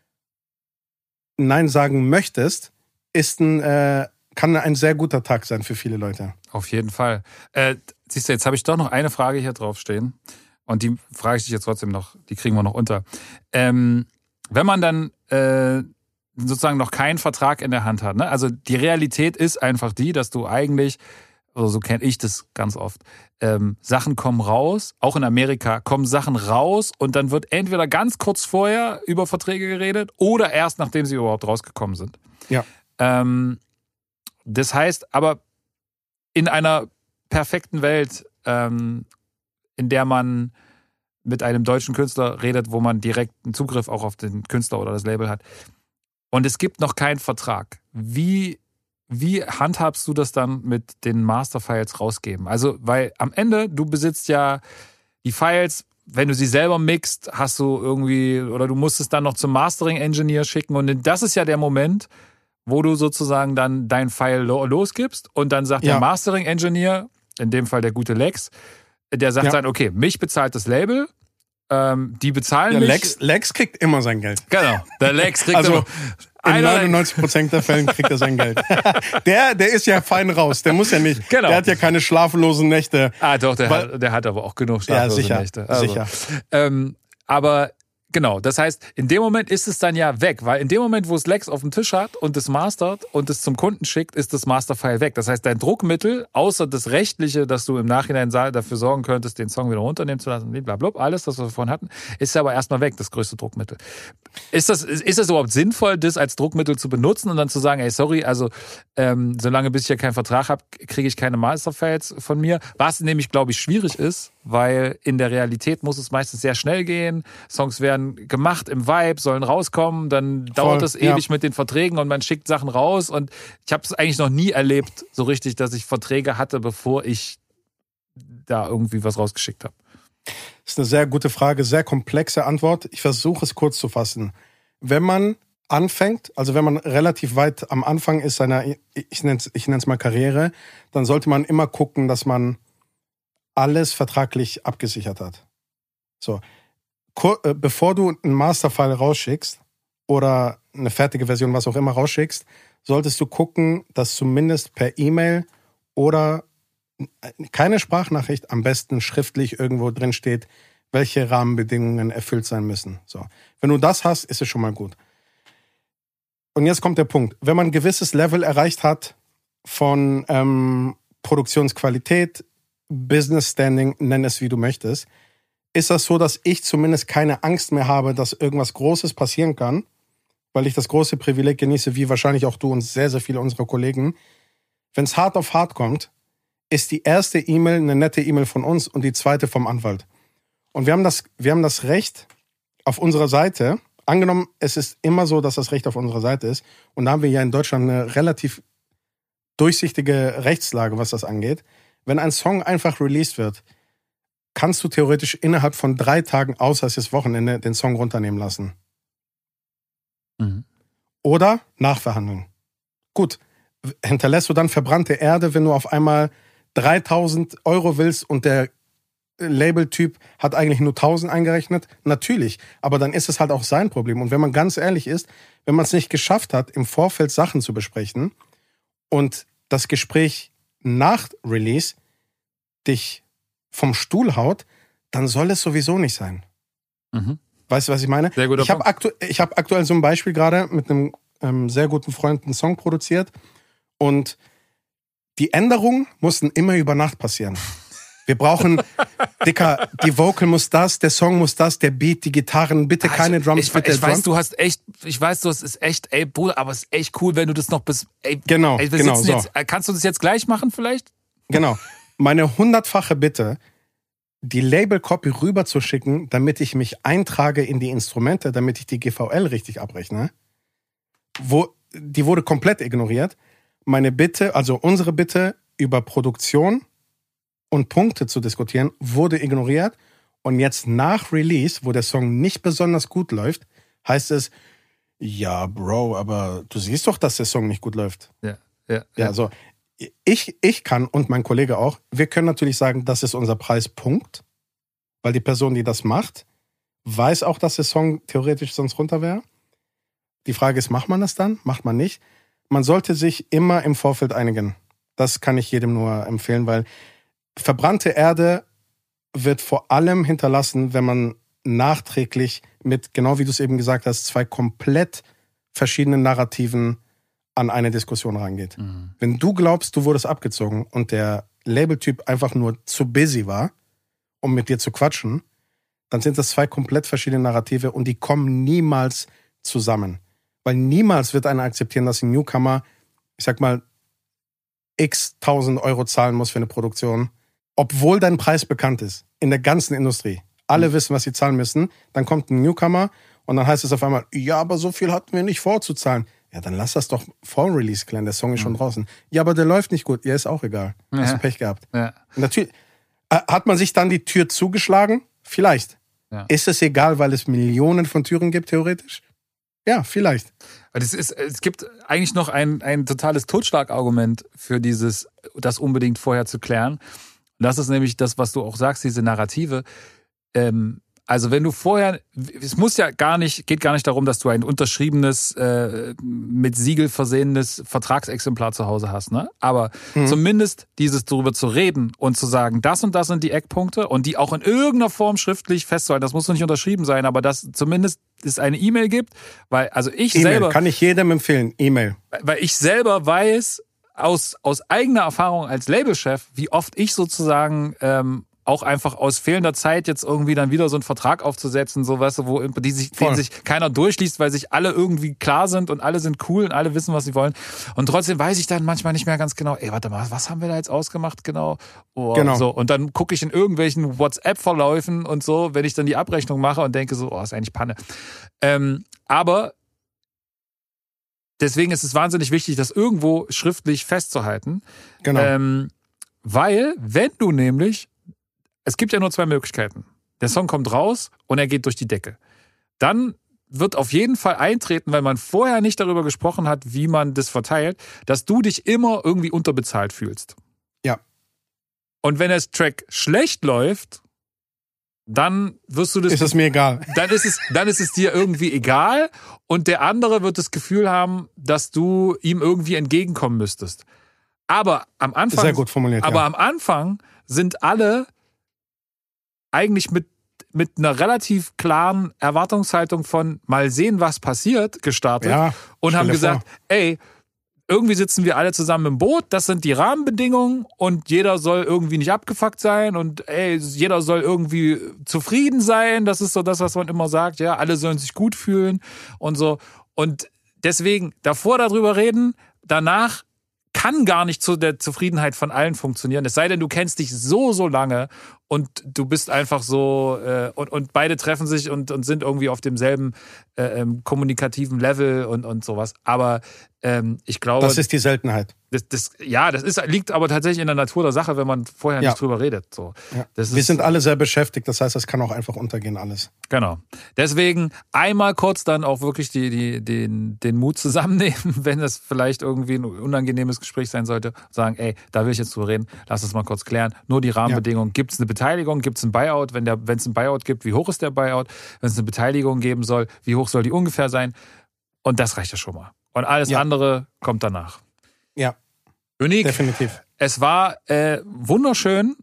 Nein sagen möchtest, kann ein sehr guter Tag sein für viele Leute. Auf jeden Fall. Siehst du, jetzt habe ich doch noch eine Frage hier draufstehen. Und die frage ich dich jetzt trotzdem noch, die kriegen wir noch unter. Wenn man dann sozusagen noch keinen Vertrag in der Hand hat, ne? Also die Realität ist einfach die, dass du eigentlich, also so kenne ich das ganz oft, Sachen kommen raus, auch in Amerika kommen Sachen raus und dann wird entweder ganz kurz vorher über Verträge geredet oder erst nachdem sie überhaupt rausgekommen sind. Ja. Das heißt, aber in einer perfekten Welt, in der man mit einem deutschen Künstler redet, wo man direkt einen Zugriff auch auf den Künstler oder das Label hat. Und es gibt noch keinen Vertrag. Wie handhabst du das dann mit den Masterfiles rausgeben? Also, weil am Ende, du besitzt ja die Files, wenn du sie selber mixt, hast du irgendwie, oder du musst es dann noch zum Mastering-Engineer schicken. Und das ist ja der Moment, wo du sozusagen dann dein File losgibst und dann sagt der Mastering-Engineer, in dem Fall der gute Lex, der sagt dann, okay, mich bezahlt das Label, Die bezahlen mich. Lex kriegt immer sein Geld. Genau, der Lex kriegt also in 99% der Fällen kriegt er sein Geld. Der ist ja fein raus, der muss ja nicht. Genau. Der hat ja keine schlaflosen Nächte. Doch, der hat aber auch genug schlaflose Nächte. Sicher. Aber genau, das heißt, in dem Moment ist es dann ja weg, weil in dem Moment, wo es Lex auf dem Tisch hat und es mastert und es zum Kunden schickt, ist das Masterfile weg. Das heißt, dein Druckmittel, außer das Rechtliche, dass du im Nachhinein dafür sorgen könntest, den Song wieder runternehmen zu lassen, blablabla, alles, was wir vorhin hatten, ist ja aber erstmal weg, das größte Druckmittel. Ist das überhaupt sinnvoll, das als Druckmittel zu benutzen und dann zu sagen, ey, sorry, also solange bis ich ja keinen Vertrag habe, kriege ich keine Masterfiles von mir, was nämlich, glaube ich, schwierig ist, weil in der Realität muss es meistens sehr schnell gehen, Songs werden gemacht im Vibe, sollen rauskommen, dann dauert es ewig mit den Verträgen und man schickt Sachen raus und ich habe es eigentlich noch nie erlebt, so richtig, dass ich Verträge hatte, bevor ich da irgendwie was rausgeschickt habe. Das ist eine sehr gute Frage, sehr komplexe Antwort. Ich versuche es kurz zu fassen. Wenn man anfängt, also wenn man relativ weit am Anfang ist seiner, ich nenne es mal Karriere, dann sollte man immer gucken, dass man alles vertraglich abgesichert hat. So. Bevor du einen Masterfile rausschickst oder eine fertige Version, was auch immer rausschickst, solltest du gucken, dass zumindest per E-Mail oder keine Sprachnachricht, am besten schriftlich irgendwo drin steht, welche Rahmenbedingungen erfüllt sein müssen. So. Wenn du das hast, ist es schon mal gut. Und jetzt kommt der Punkt. Wenn man ein gewisses Level erreicht hat von Produktionsqualität, Business Standing, nenn es wie du möchtest, ist das so, dass ich zumindest keine Angst mehr habe, dass irgendwas Großes passieren kann, weil ich das große Privileg genieße, wie wahrscheinlich auch du und sehr, sehr viele unserer Kollegen. Wenn es hart auf hart kommt, ist die erste E-Mail eine nette E-Mail von uns und die zweite vom Anwalt. Und wir haben das Recht auf unserer Seite, angenommen, es ist immer so, dass das Recht auf unserer Seite ist, und da haben wir ja in Deutschland eine relativ durchsichtige Rechtslage, was das angeht. Wenn ein Song einfach released wird, kannst du theoretisch innerhalb von 3 Tagen, außer es ist Wochenende, den Song runternehmen lassen. Mhm. Oder nachverhandeln. Gut, hinterlässt du dann verbrannte Erde, wenn du auf einmal 3.000 Euro willst und der Labeltyp hat eigentlich nur 1.000 eingerechnet? Natürlich, aber dann ist es halt auch sein Problem. Und wenn man ganz ehrlich ist, wenn man es nicht geschafft hat, im Vorfeld Sachen zu besprechen und das Gespräch nach Release dich vom Stuhl haut, dann soll es sowieso nicht sein. Mhm. Weißt du, was ich meine? Sehr guter Punkt. Ich hab aktuell so ein Beispiel gerade mit einem sehr guten Freund einen Song produziert und die Änderungen mussten immer über Nacht passieren. Wir brauchen, Dicker, die Vocal muss das, der Song muss das, der Beat, die Gitarren, bitte keine Drums, bitte Drums. Ich weiß, du hast echt, ey Bruder, aber es ist echt cool, wenn du das noch bis, Genau. So. Kannst du das jetzt gleich machen vielleicht? Genau. Meine 100-fache Bitte, die Label-Copy rüberzuschicken, damit ich mich eintrage in die Instrumente, damit ich die GVL richtig abrechne. Die wurde komplett ignoriert. Meine Bitte, also unsere Bitte über Produktion und Punkte zu diskutieren, wurde ignoriert. Und jetzt nach Release, wo der Song nicht besonders gut läuft, heißt es, ja, Bro, aber du siehst doch, dass der Song nicht gut läuft. Ja. Also ich kann und mein Kollege auch, wir können natürlich sagen, das ist unser Preispunkt, weil die Person, die das macht, weiß auch, dass der Song theoretisch sonst runter wäre. Die Frage ist, macht man das dann? Macht man nicht? Man sollte sich immer im Vorfeld einigen. Das kann ich jedem nur empfehlen, weil verbrannte Erde wird vor allem hinterlassen, wenn man nachträglich mit, genau wie du es eben gesagt hast, 2 komplett verschiedenen Narrativen an eine Diskussion rangeht. Mhm. Wenn du glaubst, du wurdest abgezogen und der Labeltyp einfach nur zu busy war, um mit dir zu quatschen, dann sind das 2 komplett verschiedene Narrative und die kommen niemals zusammen. Weil niemals wird einer akzeptieren, dass ein Newcomer, ich sag mal, x 1.000 Euro zahlen muss für eine Produktion, obwohl dein Preis bekannt ist, in der ganzen Industrie. Alle wissen, was sie zahlen müssen. Dann kommt ein Newcomer und dann heißt es auf einmal, ja, aber so viel hatten wir nicht vorzuzahlen. Ja, dann lass das doch vor Release klären, der Song ist schon draußen. Ja, aber der läuft nicht gut. Ja, ist auch egal. Hast du Pech gehabt. Ja. Natürlich. Hat man sich dann die Tür zugeschlagen? Vielleicht. Ja. Ist es egal, weil es Millionen von Türen gibt, theoretisch? Ja, vielleicht. Es gibt eigentlich noch ein totales Totschlagargument für das unbedingt vorher zu klären. Und das ist nämlich das, was du auch sagst, diese Narrative. Also wenn du vorher, es muss ja geht gar nicht darum, dass du ein unterschriebenes, mit Siegel versehenes Vertragsexemplar zu Hause hast, ne? Aber zumindest dieses darüber zu reden und zu sagen, das und das sind die Eckpunkte und die auch in irgendeiner Form schriftlich festzuhalten. Das muss noch nicht unterschrieben sein, aber dass zumindest es eine E-Mail gibt, weil also ich selber kann ich jedem empfehlen, E-Mail. Weil ich selber weiß aus eigener Erfahrung als Labelchef, wie oft ich sozusagen auch einfach aus fehlender Zeit jetzt irgendwie dann wieder so einen Vertrag aufzusetzen, so weißt du, den sich keiner durchliest, weil sich alle irgendwie klar sind und alle sind cool und alle wissen, was sie wollen. Und trotzdem weiß ich dann manchmal nicht mehr ganz genau, warte mal, was haben wir da jetzt ausgemacht genau? Genau. So. Und dann gucke ich in irgendwelchen WhatsApp-Verläufen und so, wenn ich dann die Abrechnung mache und denke so, ist eigentlich Panne. Aber deswegen ist es wahnsinnig wichtig, das irgendwo schriftlich festzuhalten. Genau. Weil, wenn du nämlich, es gibt ja nur 2 Möglichkeiten. Der Song kommt raus und er geht durch die Decke. Dann wird auf jeden Fall eintreten, weil man vorher nicht darüber gesprochen hat, wie man das verteilt, dass du dich immer irgendwie unterbezahlt fühlst. Ja. Und wenn der Track schlecht läuft, dann wirst du das. Ist es mir egal. Dann ist es dir irgendwie egal und der andere wird das Gefühl haben, dass du ihm irgendwie entgegenkommen müsstest. Aber am Anfang. Sehr gut formuliert. Aber am Anfang sind alle eigentlich mit einer relativ klaren Erwartungshaltung von mal sehen, was passiert, gestartet und haben gesagt, irgendwie sitzen wir alle zusammen im Boot, das sind die Rahmenbedingungen und jeder soll irgendwie nicht abgefuckt sein und jeder soll irgendwie zufrieden sein, das ist so das, was man immer sagt, ja, alle sollen sich gut fühlen und so. Und deswegen davor darüber reden, danach kann gar nicht zu der Zufriedenheit von allen funktionieren. Es sei denn, du kennst dich so lange und du bist einfach so und beide treffen sich und sind irgendwie auf demselben kommunikativen Level und sowas. Aber ich glaube... Das ist die Seltenheit. Das liegt aber tatsächlich in der Natur der Sache, wenn man vorher nicht drüber redet. So. Ja. Wir sind alle sehr beschäftigt, das heißt, das kann auch einfach untergehen alles. Genau. Deswegen einmal kurz dann auch wirklich den Mut zusammennehmen, wenn es vielleicht irgendwie ein unangenehmes Gespräch sein sollte, sagen, da will ich jetzt drüber reden, lass uns mal kurz klären. Nur die Rahmenbedingungen. Gibt es eine Beteiligung, gibt es ein Buyout? Wenn es ein Buyout gibt, wie hoch ist der Buyout? Wenn es eine Beteiligung geben soll, wie hoch soll die ungefähr sein? Und das reicht ja schon mal. Und alles andere kommt danach. Ja. Unique. Definitiv. Es war wunderschön.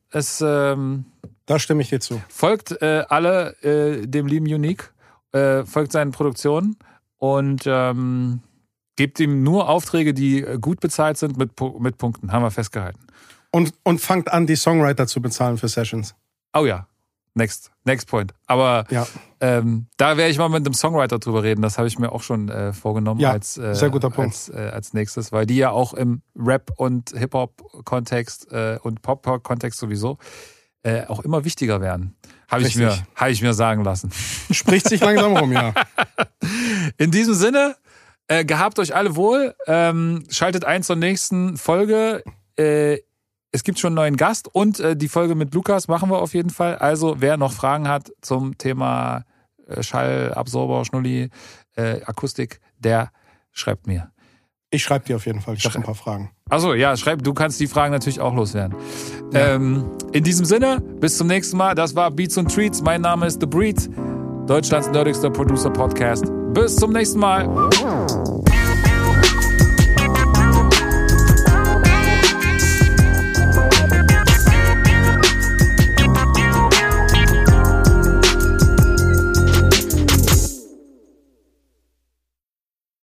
Da stimme ich dir zu. Folgt alle dem lieben Unique, folgt seinen Produktionen und gebt ihm nur Aufträge, die gut bezahlt sind mit Punkten. Haben wir festgehalten. Und fangt an, die Songwriter zu bezahlen für Sessions. Oh ja. Next point. Aber da werde ich mal mit einem Songwriter drüber reden. Das habe ich mir auch schon vorgenommen als sehr guter Punkt. als nächstes, weil die ja auch im Rap- und Hip-Hop-Kontext und Pop-Kontext sowieso auch immer wichtiger werden. Habe ich mir sagen lassen. Spricht sich langsam rum, ja. In diesem Sinne, gehabt euch alle wohl. Schaltet ein zur nächsten Folge. Es gibt schon einen neuen Gast und die Folge mit Lukas machen wir auf jeden Fall. Also wer noch Fragen hat zum Thema Schall, Absorber, Schnulli, Akustik, der schreibt mir. Ich schreibe dir auf jeden Fall. Ich habe ein paar Fragen. Achso, ja, du kannst die Fragen natürlich auch loswerden. Ja. In diesem Sinne, bis zum nächsten Mal. Das war Beats und Treats. Mein Name ist The Breed, Deutschlands nerdigster Producer-Podcast. Bis zum nächsten Mal.